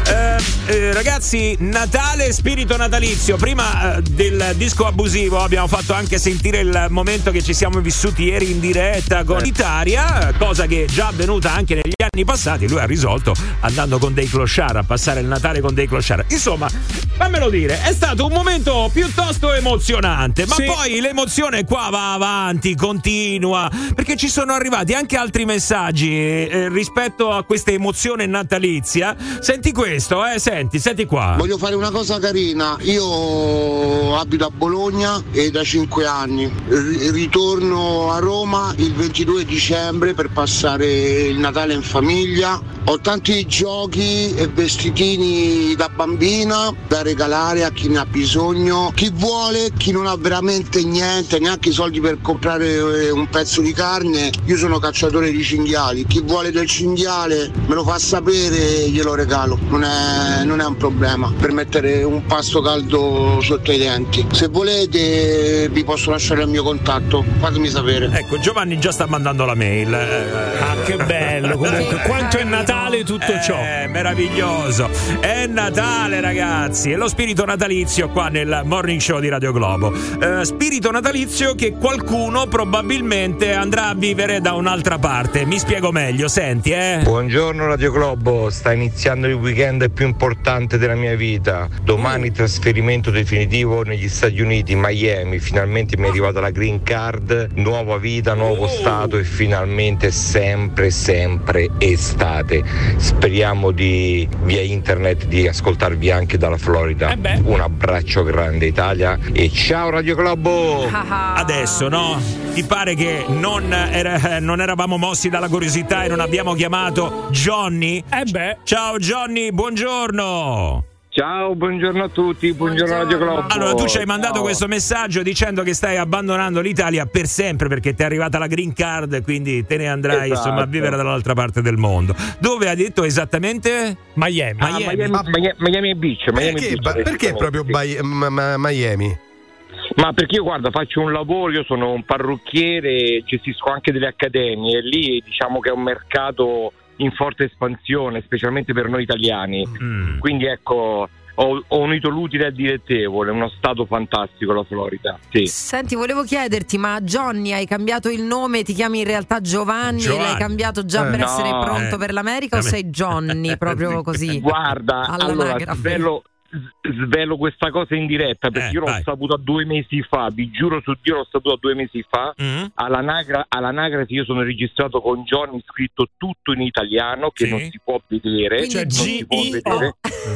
Ragazzi, Natale, spirito natalizio. Prima del disco abusivo abbiamo fatto anche sentire il momento che ci siamo vissuti ieri in diretta con Italia, cosa che è già avvenuta anche negli anni passati. Lui ha risolto andando con dei clochard, a passare il Natale con dei clochard. Insomma, fammelo dire, è stato un momento piuttosto emozionante, ma poi l'emozione qua va avanti, continua, perché ci sono arrivati anche altri messaggi rispetto a questa emozione natalizia. Senti questo, senti qua. Voglio fare una cosa carina. Io abito a Bologna e da 5 anni ritorno a Roma il 22 dicembre per passare il Natale in famiglia. Ho tanti giochi e vestitini da bambina da regalare a chi ne ha bisogno, chi vuole, chi non ha veramente niente, neanche i soldi per comprare un pezzo di carne. Io sono cacciatore di cinghiali, chi vuole del cinghiale me lo fa sapere, glielo regalo, non è un problema per mettere un pasto caldo sotto i denti. Se volete vi posso lasciare il mio contatto, fatemi sapere. Ecco, Giovanni già sta mandando la mail. Che bello, comunque quanto è Natale tutto ciò. Meraviglioso. È Natale, ragazzi, è lo spirito natalizio qua nel Morning Show di Radio Globo. Spirito natalizio che qualcuno probabilmente andrà a vivere da un'altra parte. Mi spiego meglio, senti, Buongiorno Radio Globo, sta iniziando il weekend più importante della mia vita. Domani trasferimento definitivo negli Stati Uniti, Miami. Finalmente mi è arrivata la green card, nuova vita, nuovo stato e finalmente sempre estate. Speriamo via internet di ascoltarvi anche dalla Florida. Un abbraccio grande Italia e ciao Radio Globo. Adesso no? Ti pare che non eravamo mossi dalla curiosità e non abbiamo chiamato Johnny? Ciao Johnny, buongiorno. Ciao, buongiorno a tutti, buongiorno Radio Globo. Allora, tu ci hai mandato questo messaggio dicendo che stai abbandonando l'Italia per sempre perché ti è arrivata la green card, quindi te ne andrai insomma a vivere dall'altra parte del mondo. Dove hai detto esattamente? Miami Beach. Perché proprio Miami? Ma perché io faccio un lavoro, io sono un parrucchiere, gestisco anche delle accademie e lì diciamo che è un mercato in forte espansione, specialmente per noi italiani. Quindi ecco, ho unito l'utile al dilettevole, è uno stato fantastico la Florida. Sì. Senti, volevo chiederti, ma Johnny hai cambiato il nome, ti chiami in realtà Giovanni. L'hai cambiato già per essere pronto per l'America o sei Johnny proprio così? Guarda, allora svelo questa cosa in diretta perché io l'ho saputo 2 mesi fa, vi giuro su Dio l'ho saputo 2 mesi fa. All'anagrafe io sono registrato con Johnny, scritto tutto in italiano che non si può vedere, cioè non si può vedere.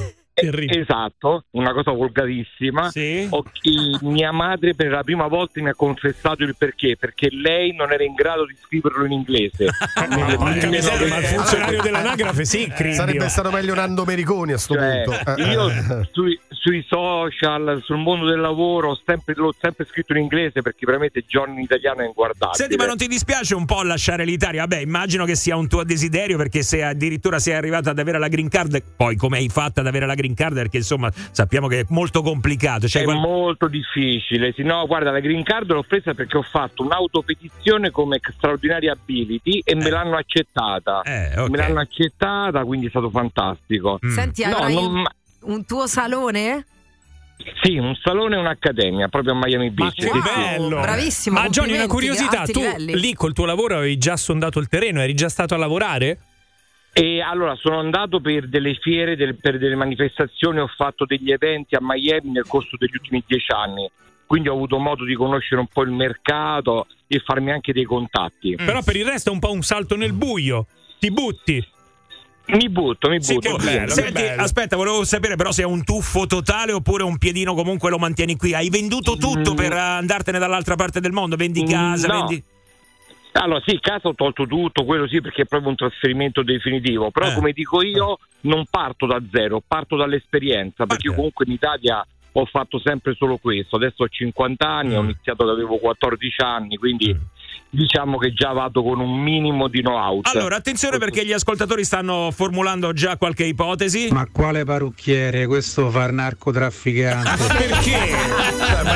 Esatto, una cosa volgarissima. Mia madre per la prima volta mi ha confessato il perché lei non era in grado di scriverlo in inglese. Ma il funzionario dell'anagrafe sarebbe stato meglio Nando Mericoni a sto punto. Io sui social, sul mondo del lavoro l'ho sempre scritto in inglese perché veramente Johnny in italiano è inguardabile. Senti, ma non ti dispiace un po' lasciare l'Italia? Vabbè, immagino che sia un tuo desiderio, perché se addirittura sei arrivato ad avere la green card, poi come hai fatto ad avere la green green card, perché insomma sappiamo che è molto complicato. È molto difficile. No, guarda, la green card l'ho presa perché ho fatto un'autopetizione come Extraordinary Ability e me l'hanno accettata. Okay. Me l'hanno accettata, quindi è stato fantastico. Senti, avrai un tuo salone? Sì, un salone e un'accademia proprio a Miami Beach. Ma che bello! Bravissimo. Ma Johnny, una curiosità, tu lì col tuo lavoro avevi già sondato il terreno, eri già stato a lavorare? E allora sono andato per delle fiere, per delle manifestazioni, ho fatto degli eventi a Miami nel corso degli ultimi 10 anni. Quindi ho avuto modo di conoscere un po' il mercato e farmi anche dei contatti. Però per il resto è un po' un salto nel buio. Ti butti? Mi butto. Sì, che bello, senti, aspetta, volevo sapere però se è un tuffo totale oppure un piedino comunque lo mantieni qui. Hai venduto tutto per andartene dall'altra parte del mondo? Vendi casa? No. Allora sì, casa ho tolto tutto, quello sì, perché è proprio un trasferimento definitivo. Però come dico io, non parto da zero, parto dall'esperienza, perché io comunque in Italia ho fatto sempre solo questo. Adesso ho 50 anni, ho iniziato che avevo 14 anni, quindi diciamo che già vado con un minimo di know-how. Allora, attenzione, perché gli ascoltatori stanno formulando già qualche ipotesi. Ma quale parrucchiere? Questo fa il narcotrafficante. Perché?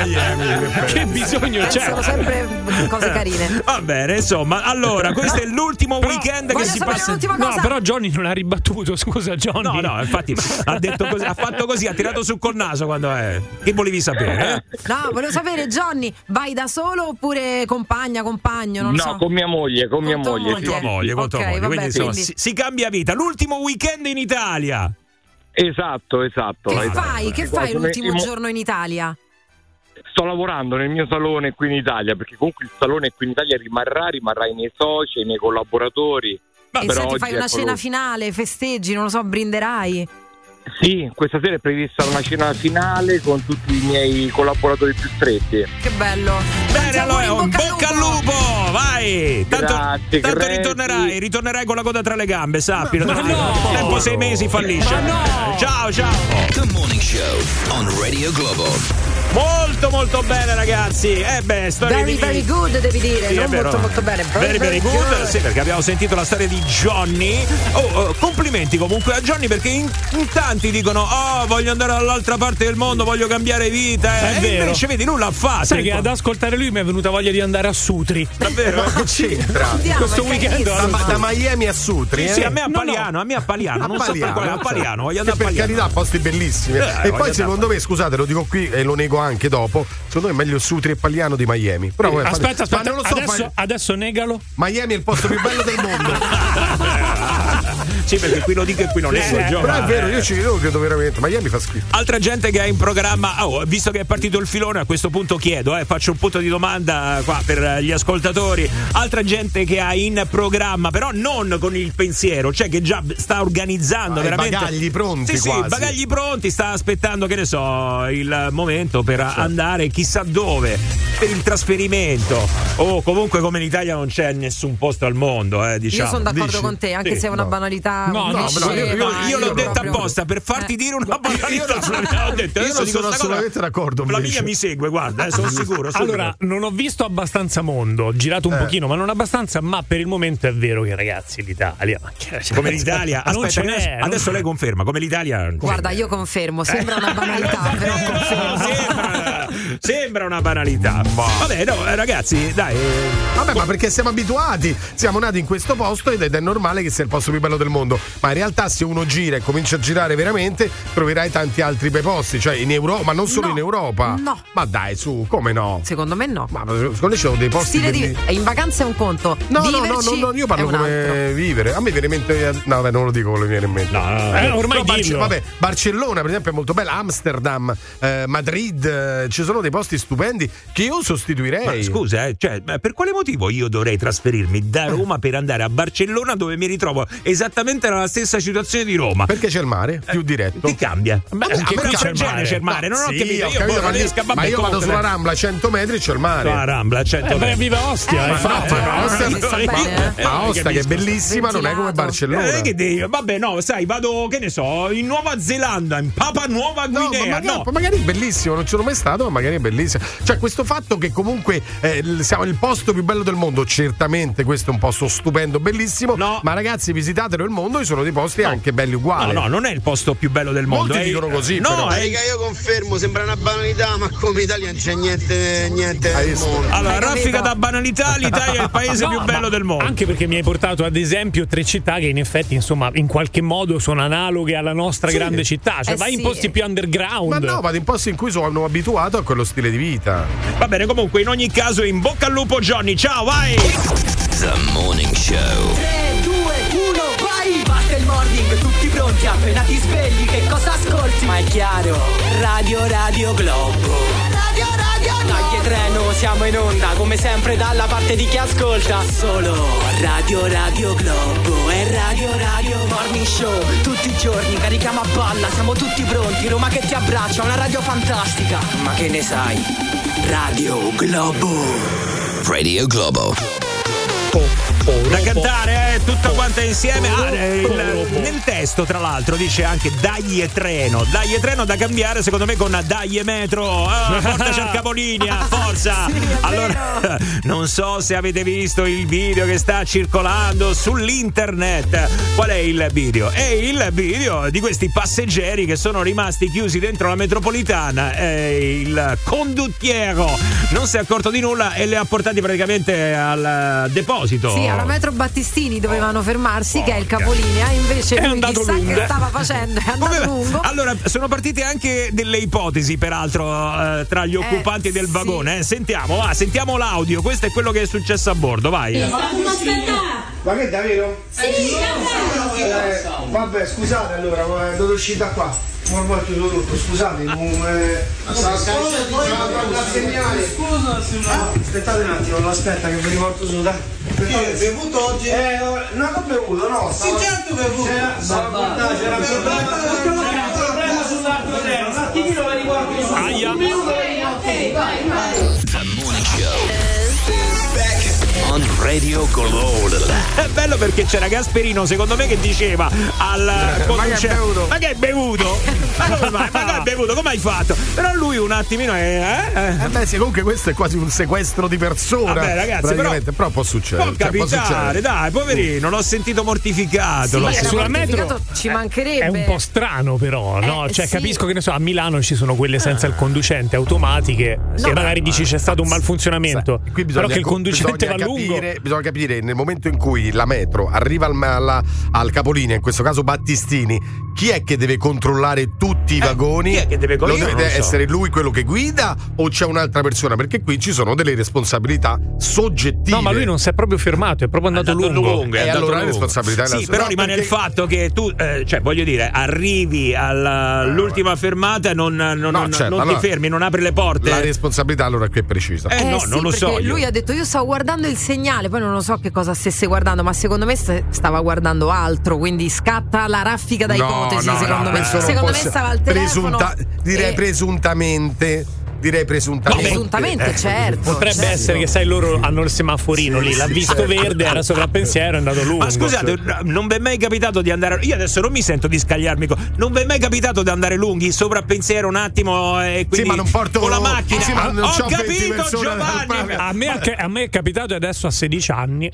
Che bisogno c'è? Sono sempre cose carine. Va bene, insomma, allora, questo è l'ultimo weekend che si passa. No, però Johnny non ha ribattuto, scusa Johnny. No, infatti ha detto così, ha fatto così, ha tirato su col naso quando è. Che volevi sapere? No, volevo sapere, Johnny, vai da solo oppure compagno, non lo so. No, con mia moglie, con tua moglie. Con tua moglie. Vabbè, quindi insomma si cambia vita. L'ultimo weekend in Italia. Esatto. Che fai l'ultimo giorno in Italia? Sto lavorando nel mio salone qui in Italia, perché comunque il salone qui in Italia rimarrà i miei soci, i miei collaboratori. E se ti fai una cena finale, festeggi, non lo so, brinderai? Sì, questa sera è prevista una cena finale con tutti i miei collaboratori più stretti. Che bello. Bene, allora un bocca al lupo, vai. Grazie, tanto ritornerai con la coda tra le gambe, sappilo. Tempo 6 mesi fallisce. Ciao. The Morning Show on Radio Globo. Molto bene, ragazzi. Storia very good, devi dire. Sì, non molto bene. Very good. Sì, perché abbiamo sentito la storia di Johnny. Complimenti comunque a Johnny, perché in tanti dicono: voglio andare dall'altra parte del mondo, voglio cambiare vita. È vero. Invece vedi, lui l'ha fatto. Sai che ad ascoltare lui mi è venuta voglia di andare a Sutri. Davvero? Che c'entra? Questo weekend da Miami a Sutri? Sì, a me a Paliano. Non so per quale, a Paliano. Voglio andare a per Paliano. carità, posti bellissimi. E poi secondo me, scusate, lo dico qui e lo nego anche dopo, secondo me è meglio Sutri e Paliano di Miami. Però aspetta, ma non lo so, adesso negalo. Miami è il posto più bello del mondo. Sì, perché qui lo dico e qui non è. Però è vero, io ci credo veramente. Miami fa schifo. Altra gente che ha in programma, visto che è partito il filone, a questo punto chiedo, faccio un punto di domanda qua per gli ascoltatori. Altra gente che ha in programma, però non con il pensiero, cioè che già sta organizzando veramente bagagli pronti. Sì, bagagli pronti, sta aspettando, che ne so, il momento per andare chissà dove, per il trasferimento. Comunque, come in Italia non c'è nessun posto al mondo, diciamo. Io sono d'accordo con te, anche se è una banalità. Io l'ho detta apposta per farti dire una banalità. Io non sono assolutamente d'accordo. La mia mi segue, guarda, sono sicuro. Allora, non ho visto abbastanza mondo, ho girato un pochino, ma non abbastanza. Ma per il momento è vero che, ragazzi, l'Italia, come l'Italia, aspetta, adesso lei conferma, come l'Italia. Guarda, io confermo, sembra una banalità, però confermo. Sembra una banalità. Vabbè, no, ragazzi, dai. Vabbè, ma perché siamo abituati, siamo nati in questo posto ed è normale che sia il posto più bello del mondo. Ma in realtà, se uno gira e comincia a girare veramente, troverai tanti altri bei posti, cioè in Europa, ma non solo in Europa. No. Ma dai, su, come no? Secondo me no. Ma secondo me ci sono dei posti in vacanza è un conto. No, io parlo come vivere. A me viene in mente. No, vabbè, non lo dico quello che viene in mente. No, ormai dillo. Vabbè, Barcellona, per esempio, è molto bella. Amsterdam, Madrid, ci sono dei posti stupendi che io sostituirei. Ma scusa, cioè, per quale motivo io dovrei trasferirmi da Roma per andare a Barcellona, dove mi ritrovo esattamente nella stessa situazione di Roma? Perché c'è il mare, più diretto. Che cambia? Anche qui c'è il mare. Non ho capito. Ma io vado sulla Rambla a 100 metri, c'è il mare. Sulla Rambla a 100 metri. Viva Ostia. Ma Ostia, che è bellissima, non è come Barcellona. Vabbè, no, sai, vado, che ne so, in Nuova Zelanda, in Papua Nuova Guinea. No, ma magari è bellissimo, non ci sono mai stato, ma magari è bellissimo. Cioè, questo fatto che comunque siamo il posto più bello del mondo, certamente questo è un posto stupendo, bellissimo. No. Ma ragazzi, visitatelo, mondo ci sono dei posti anche belli uguali. No, non è il posto più bello del mondo. Molti dicono così. No, però. Io confermo, sembra una banalità, ma come Italia non c'è niente nel mondo. Allora, raffica da banalità, l'Italia è il paese più bello del mondo. Anche perché mi hai portato ad esempio 3 città che in effetti, insomma, in qualche modo sono analoghe alla nostra grande città. Cioè, vai in posti più underground. Ma no, vado in posti in cui sono abituato a quello stile di vita. Va bene, comunque, in ogni caso, in bocca al lupo, Johnny. Ciao, vai! The Morning Show. 3, 2, 1, vai! Basta il morning, tutti pronti, appena ti svegli, che cosa ascolti? Ma è chiaro, Radio Globo. Dai treno, siamo in onda, come sempre dalla parte di chi ascolta. Solo Radio Globo e Radio Morning Show. Tutti i giorni carichiamo a balla, siamo tutti pronti. Roma che ti abbraccia, una radio fantastica. Ma che ne sai? Radio Globo. Da cantare, tutto quanto insieme. Nel testo, tra l'altro, dice anche Dagli treno da cambiare, secondo me, con Dagli metro. Portaci al capolinea, forza! Allora, non so se avete visto il video che sta circolando sull'internet. Qual è il video? È il video di questi passeggeri che sono rimasti chiusi dentro la metropolitana. Il condottiero non si è accorto di nulla e li ha portati praticamente al deposito. Sì, alla metro Battistini dovevano fermarsi, che è il capolinea, invece è lui andato chissà lungo. che stava facendo, è andato lungo. Allora, sono partite anche delle ipotesi, peraltro, tra gli occupanti del vagone. Sentiamo l'audio. Questo è quello che è successo a bordo, vai. Ma che davvero? Sì, vabbè, scusate, allora, dove uscite da qua? Ormai chiuso tutto, scusate, aspettate un attimo, aspetta che vi riporto su, dai. Hai bevuto oggi? Non ho bevuto, no. Sì, certo che ho bevuto. C'era un problema sull'altro treno, un attimino vi riporto su. Aia. The Morning Show on Radio Globo. È bello perché c'era Gasperino, secondo me, che diceva al conducente: ma che hai bevuto? Ma come mai? Ma che hai bevuto? Come hai fatto? Però lui un attimino beh, sì, comunque questo è quasi un sequestro di persona. Vabbè, ragazzi, però può succedere. Può capitare, dai, poverino, l'ho sentito mortificato. Sì, sulla metro ci mancherebbe. È un po' strano, però, no? Cioè, capisco che ne so, a Milano ci sono quelle senza il conducente automatiche, e magari dici c'è stato un malfunzionamento. Qui però che il conducente va lungo. Bisogna capire nel momento in cui la metro arriva al capolinea, in questo caso Battistini, chi è che deve controllare tutti i vagoni? Chi è che deve controllare? Deve essere lui quello che guida o c'è un'altra persona? Perché qui ci sono delle responsabilità soggettive. No, ma lui non si è proprio fermato, è proprio andato lungo. E allora la responsabilità è la sua. Sì, però rimane il fatto che tu, cioè, voglio dire, arrivi all'ultima fermata, non ti fermi, non apri le porte. La responsabilità allora qui è precisa. No, sì, non lo so. Lui ha detto: io stavo guardando il segnale, poi non lo so che cosa stesse guardando, ma secondo me stava guardando altro, quindi scatta la raffica da ipotesi, secondo me. Secondo me stava al telefono. Direi presuntamente. Presuntamente, certo. Potrebbe essere che, sai, loro hanno il semaforino lì, l'ha visto verde, era sovrappensiero, è andato lungo. Ma scusate, non vi è mai capitato di andare. Io adesso non mi sento di scagliarmi. Non vi è mai capitato di andare lunghi, sovrappensiero un attimo e quindi sì, ma non porto con la macchina? Sì, ma non ho capito, Giovanni. A me è capitato e adesso a 16 anni.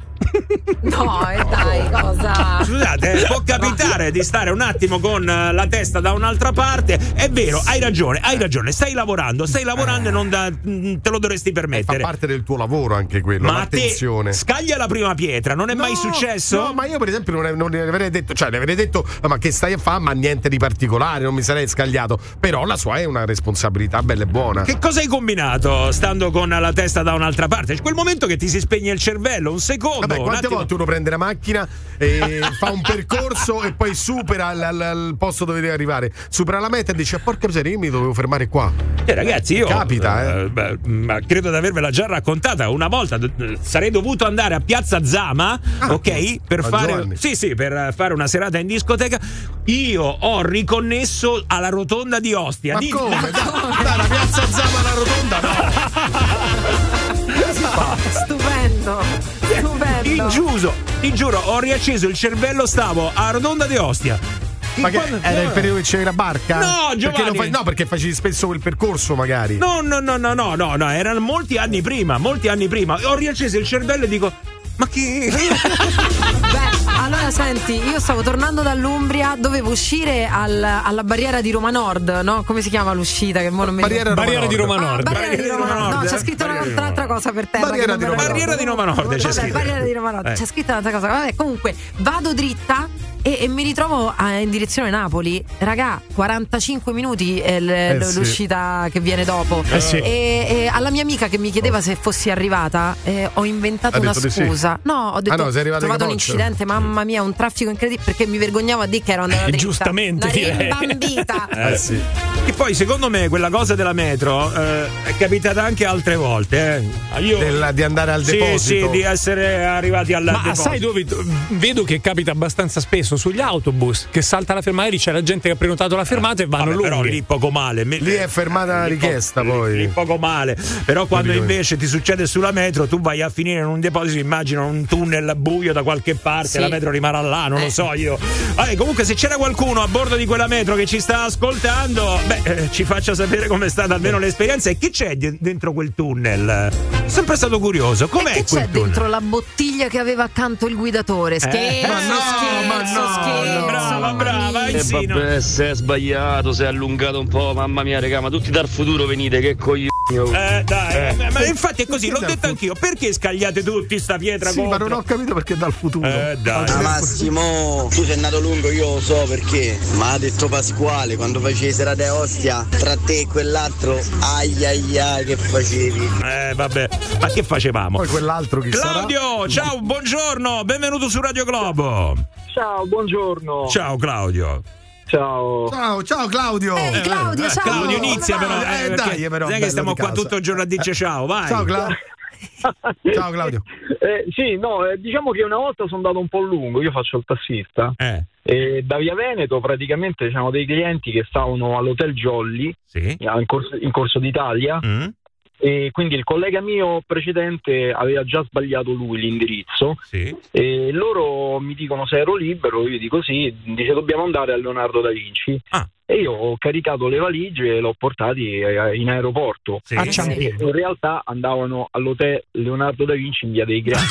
No, dai, cosa? Scusate, può capitare di stare un attimo con la testa da un'altra parte. È vero, hai ragione. Stai lavorando e non te lo dovresti permettere. Fa parte del tuo lavoro anche quello. Ma attenzione. Scaglia la prima pietra, non è mai successo? No, ma io per esempio non le avrei detto, cioè le avrei detto ma che stai a fare, ma niente di particolare, non mi sarei scagliato. Però la sua è una responsabilità bella e buona. Che cosa hai combinato stando con la testa da un'altra parte? C'è quel momento che ti si spegne il cervello, un secondo. Vabbè, quante volte uno prende la macchina e fa un percorso e poi supera il posto dove deve arrivare, supera la meta e dice porca miseria, io mi dovevo fermare qua. Ragazzi, io capita, ma credo di avervela già raccontata. Una volta sarei dovuto andare a Piazza Zama, ok? Per fare una serata in discoteca. Io ho riconnesso alla rotonda di Ostia. Ma come? Dai, la Piazza Zama alla rotonda, no. Stupendo. Ti giuro, ho riacceso il cervello, stavo a rotonda di Ostia. Ma che era il periodo che c'era la barca? No, Giovanni. Perché facevi spesso quel percorso, magari. No, erano molti anni prima. Ho riacceso il cervello e dico: ma che? Beh, allora Allora senti, io stavo tornando dall'Umbria, dovevo uscire alla barriera di Roma Nord, no? Come si chiama l'uscita? Che mo non mi Barriera di Roma Nord. Barriera di Roma Nord. No, c'è scritto un'altra cosa per terra. Barriera di Roma Nord. Barriera di Roma Nord. C'è scritta un'altra cosa. Vabbè, comunque vado dritta e mi ritrovo in direzione Napoli. Raga, 45 minuti è l'uscita che viene dopo. Sì. E alla mia amica che mi chiedeva se fossi arrivata, ho inventato una scusa. Sì. No, ho detto ho trovato un incidente, mamma mia, un traffico incredibile, perché mi vergognavo a dire che ero andata dritta. Giustamente direi. Bambita. Sì. E poi secondo me quella cosa della metro è capitata anche altre volte. Io di andare al deposito. Sì, di essere arrivati al deposito. Ma sai dove vedo che capita abbastanza spesso? Sugli autobus, che salta la fermata e c'è la gente che ha prenotato la fermata e vanno lunghi. Però lì poco male. Lì è fermata richiesta poi. Lì poco male. Però quando invece ti succede sulla metro, tu vai a finire in un deposito, immagino un tunnel buio da qualche parte, la metro rimarrà là, non lo so io. Comunque se c'era qualcuno a bordo di quella metro che ci sta ascoltando, ci faccia sapere com'è stata almeno l'esperienza e che c'è dentro quel tunnel. Sempre stato curioso. Com'è che quel c'è tunnel? dentro la bottiglia che aveva accanto il guidatore? Scherzo. Brava, Insino. Vabbè, se è sbagliato, si è allungato un po', mamma mia, raga, ma tutti dal futuro venite, che coglioni. Ma infatti è così, l'ho detto anch'io. Perché scagliate tutti sta pietra contro? Ma non ho capito perché dal futuro. Massimo, tu sei nato lungo, io lo so perché. Ma ha detto Pasquale quando facevi serate a Ostia, tra te e quell'altro, ai che facevi. Vabbè, ma che facevamo? Poi quell'altro chi Claudio, ciao, buongiorno, benvenuto su Radio Globo. Ciao, buongiorno. Ciao Claudio. Ciao Claudio. Claudio, ciao. Claudio, inizia però. Dai, però. Non è che stiamo qua tutto il giorno a dirci ciao, vai. Ciao Claudio. Ciao Claudio. Diciamo che una volta sono andato un po' lungo, io faccio il tassista. E da Via Veneto praticamente c'erano dei clienti che stavano all'Hotel Jolly in Corso d'Italia. E quindi il collega mio precedente aveva già sbagliato lui l'indirizzo e loro mi dicono se ero libero, io dico sì, dice dobbiamo andare a Leonardo da Vinci e io ho caricato le valigie e l'ho portati in aeroporto. In realtà andavano all'hotel Leonardo da Vinci in Via dei Grandi.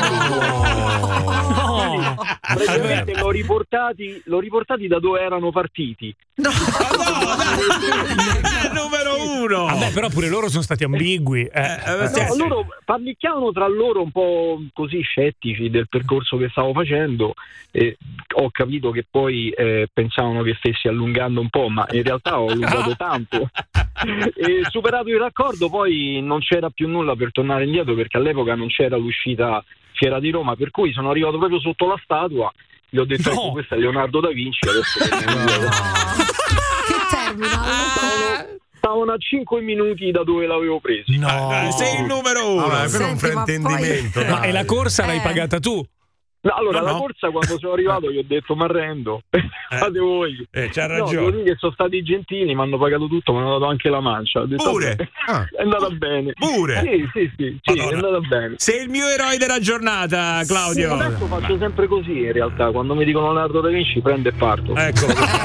Praticamente l'ho riportati da dove erano partiti. Numero uno. Vabbè, però pure loro sono stati ambigui. Loro parlicchiavano tra loro un po' così scettici del percorso che stavo facendo e ho capito che poi pensavano che stessi allungando un po', ma in realtà ho allungato tanto. E superato il raccordo poi non c'era più nulla per tornare indietro, perché all'epoca non c'era l'uscita Fiera di Roma, per cui sono arrivato proprio sotto la statua, gli ho detto ecco, questo è Leonardo da Vinci, adesso che terminal. Stavano a 5 minuti da dove l'avevo preso. Sei il numero uno. Quello è un fraintendimento. E la corsa l'hai pagata tu? No, allora la corsa quando sono arrivato gli ho detto mi arrendo, fate voi. C'ha ragione. Così che sono stati gentili, mi hanno pagato tutto, mi hanno dato anche la mancia. Ho detto, pure? È andata bene. Pure? Sì, è andata bene. Sei il mio eroe della giornata, Claudio. Sì, adesso faccio sempre così in realtà, quando mi dicono Leonardo da Vinci prendo e parto. Ecco.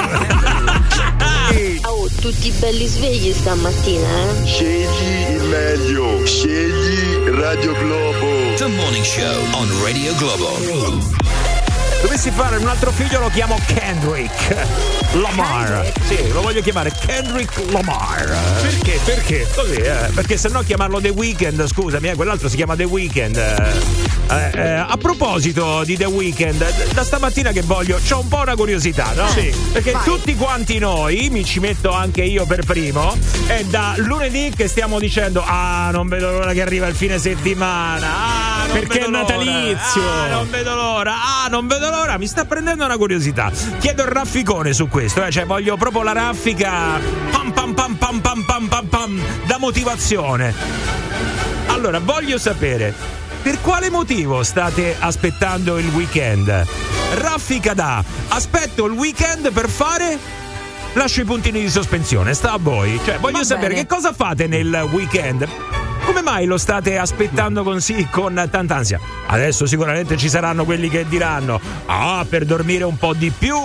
Oh, tutti belli svegli stamattina, Scegli il meglio, scegli Radio Globo. The Morning Show on Radio Globo. Dovessi fare un altro figlio lo chiamo Kendrick Lamar. Sì, lo voglio chiamare Kendrick Lamar. Perché? Perché? Così, perché se no chiamarlo The Weeknd, scusami, quell'altro si chiama The Weeknd. A proposito di The Weeknd, da stamattina che c'ho un po' una curiosità, no? Sì. Perché tutti quanti noi, mi ci metto anche io per primo, è da lunedì che stiamo dicendo non vedo l'ora che arriva il fine settimana. Perché è natalizio. Non vedo l'ora. Non vedo l'ora. Mi sta prendendo una curiosità. Chiedo il rafficone su questo, cioè voglio proprio la raffica pam pam pam pam pam pam pam pam da motivazione. Allora, voglio sapere per quale motivo state aspettando il weekend? Raffica da aspetto il weekend per fare, lascio i puntini di sospensione, sta a voi. Cioè voglio sapere che cosa fate nel weekend. Come mai lo state aspettando così con tanta ansia? Adesso sicuramente ci saranno quelli che diranno: ah, per dormire un po' di più,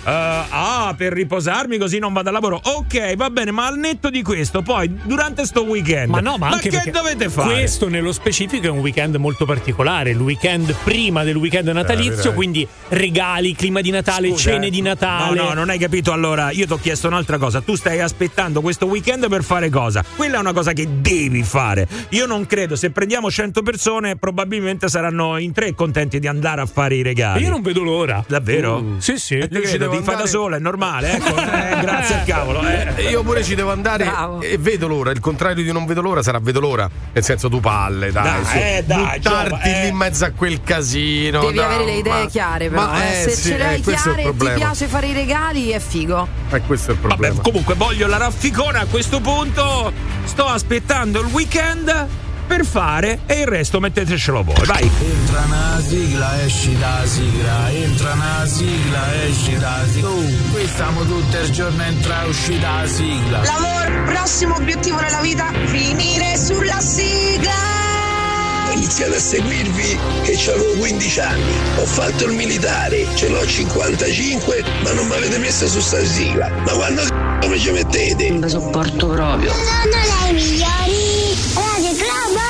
per riposarmi così non vado al lavoro. Ok, va bene, ma al netto di questo, poi durante sto weekend, ma anche che dovete fare? Questo nello specifico è un weekend molto particolare, il weekend prima del weekend natalizio, quindi regali, clima di Natale, cene di Natale. No, non hai capito. Allora, io ti ho chiesto un'altra cosa. Tu stai aspettando questo weekend per fare cosa? Quella è una cosa che devi fare. Io non credo, se prendiamo 100 persone, probabilmente saranno in 3 contenti di andare a fare i regali. Io non vedo l'ora. Davvero? Sì. Ti fai da sola, è normale, ecco. Grazie al cavolo. Io pure ci devo andare. Bravo. E vedo l'ora. Il contrario di non vedo l'ora sarà vedo l'ora. Nel senso, tu palle, dai. Buttarti lì in mezzo a quel casino. Devi avere le idee chiare, però. Se ce le hai chiare e ti piace fare i regali, è figo. Questo è il problema. Vabbè, comunque voglio la rafficona a questo punto. Sto aspettando il weekend per fare e il resto mettetecelo voi, vai. Entra una sigla, esci da sigla, entra una sigla, esci da sigla. Qui stiamo tutto il giorno entra e uscì da sigla. Lavoro, prossimo obiettivo nella vita, finire sulla sigla. Ho iniziato a seguirvi che avevo 15 anni, ho fatto il militare, ce l'ho 55, ma non mi avete messo su sta sigla. Ma quando come ci mettete? Non la sopporto proprio. Sono le migliori, Radio Globo.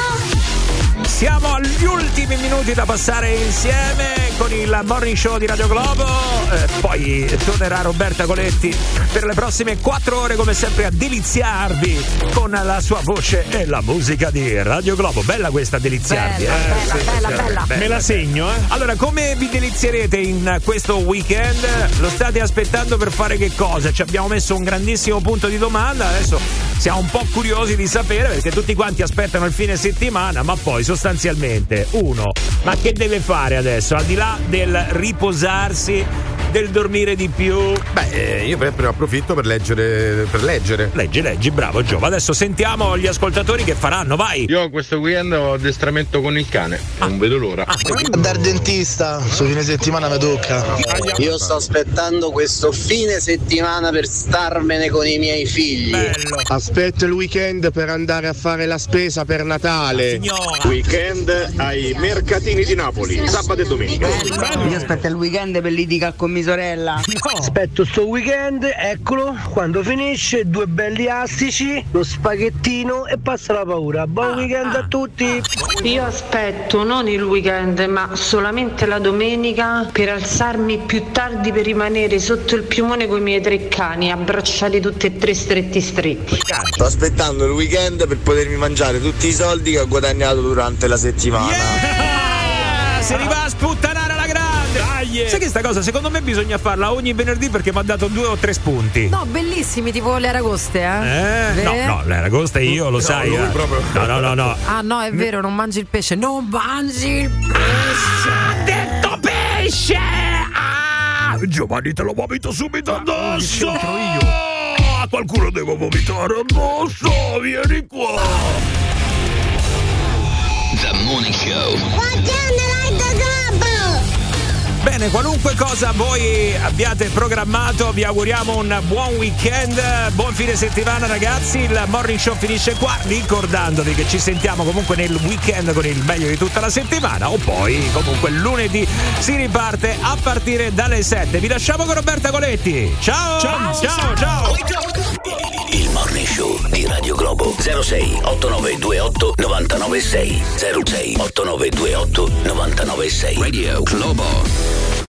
Siamo agli ultimi minuti da passare insieme con il Morning Show di Radio Globo. Poi tornerà Roberta Coletti per le prossime 4 ore, come sempre, a deliziarvi con la sua voce e la musica di Radio Globo. Bella questa, deliziarvi. Bella. Me la segno, Allora, come vi delizierete in questo weekend? Lo state aspettando per fare che cosa? Ci abbiamo messo un grandissimo punto di domanda. Adesso siamo un po' curiosi di sapere, perché tutti quanti aspettano il fine settimana, ma poi sostanzialmente uno, ma che deve fare adesso? Al di là del riposarsi, del dormire di più. Io per esempio approfitto per leggere. Leggi, bravo Giova. Adesso sentiamo gli ascoltatori che faranno, vai. Io questo weekend ho addestramento con il cane, non vedo l'ora. Dal dentista, su fine settimana mi tocca. Io sto aspettando questo fine settimana per starmene con i miei figli. Bello. Aspetto il weekend per andare a fare la spesa per Natale. Weekend ai mercatini di Napoli, sabato e domenica. Io aspetto il weekend per litigare con mia sorella. Aspetto sto weekend, eccolo, quando finisce 2 belli astici, lo spaghettino e passa la paura. Buon weekend a tutti. Io aspetto non il weekend ma solamente la domenica per alzarmi più tardi per rimanere sotto il piumone con i miei 3 cani, abbracciati tutti e 3 stretti. Sto aspettando il weekend per potermi mangiare tutti i soldi che ho guadagnato durante la settimana. Se li va a sputtanare alla grande. Dai. Sai che sta cosa secondo me bisogna farla ogni venerdì, perché mi ha dato 2 o 3 spunti. No, bellissimi, tipo le aragoste, No, le aragoste io lo sai. Proprio. No. Ah no, è vero, non mangi il pesce. Non mangi il pesce. Detto pesce. Giovanni, te lo vomito subito addosso. A qualcuno devo vomitare addosso. Vieni qua. The Morning Show. Bene, qualunque cosa voi abbiate programmato, vi auguriamo un buon weekend, buon fine settimana ragazzi. Il Morning Show finisce qua, ricordandovi che ci sentiamo comunque nel weekend con il meglio di tutta la settimana, o poi comunque lunedì si riparte a partire dalle 7. Vi lasciamo con Roberta Coletti. Ciao. Il Morning Show di Radio Globo. 06 8928 996 06 8928 996 Radio Globo.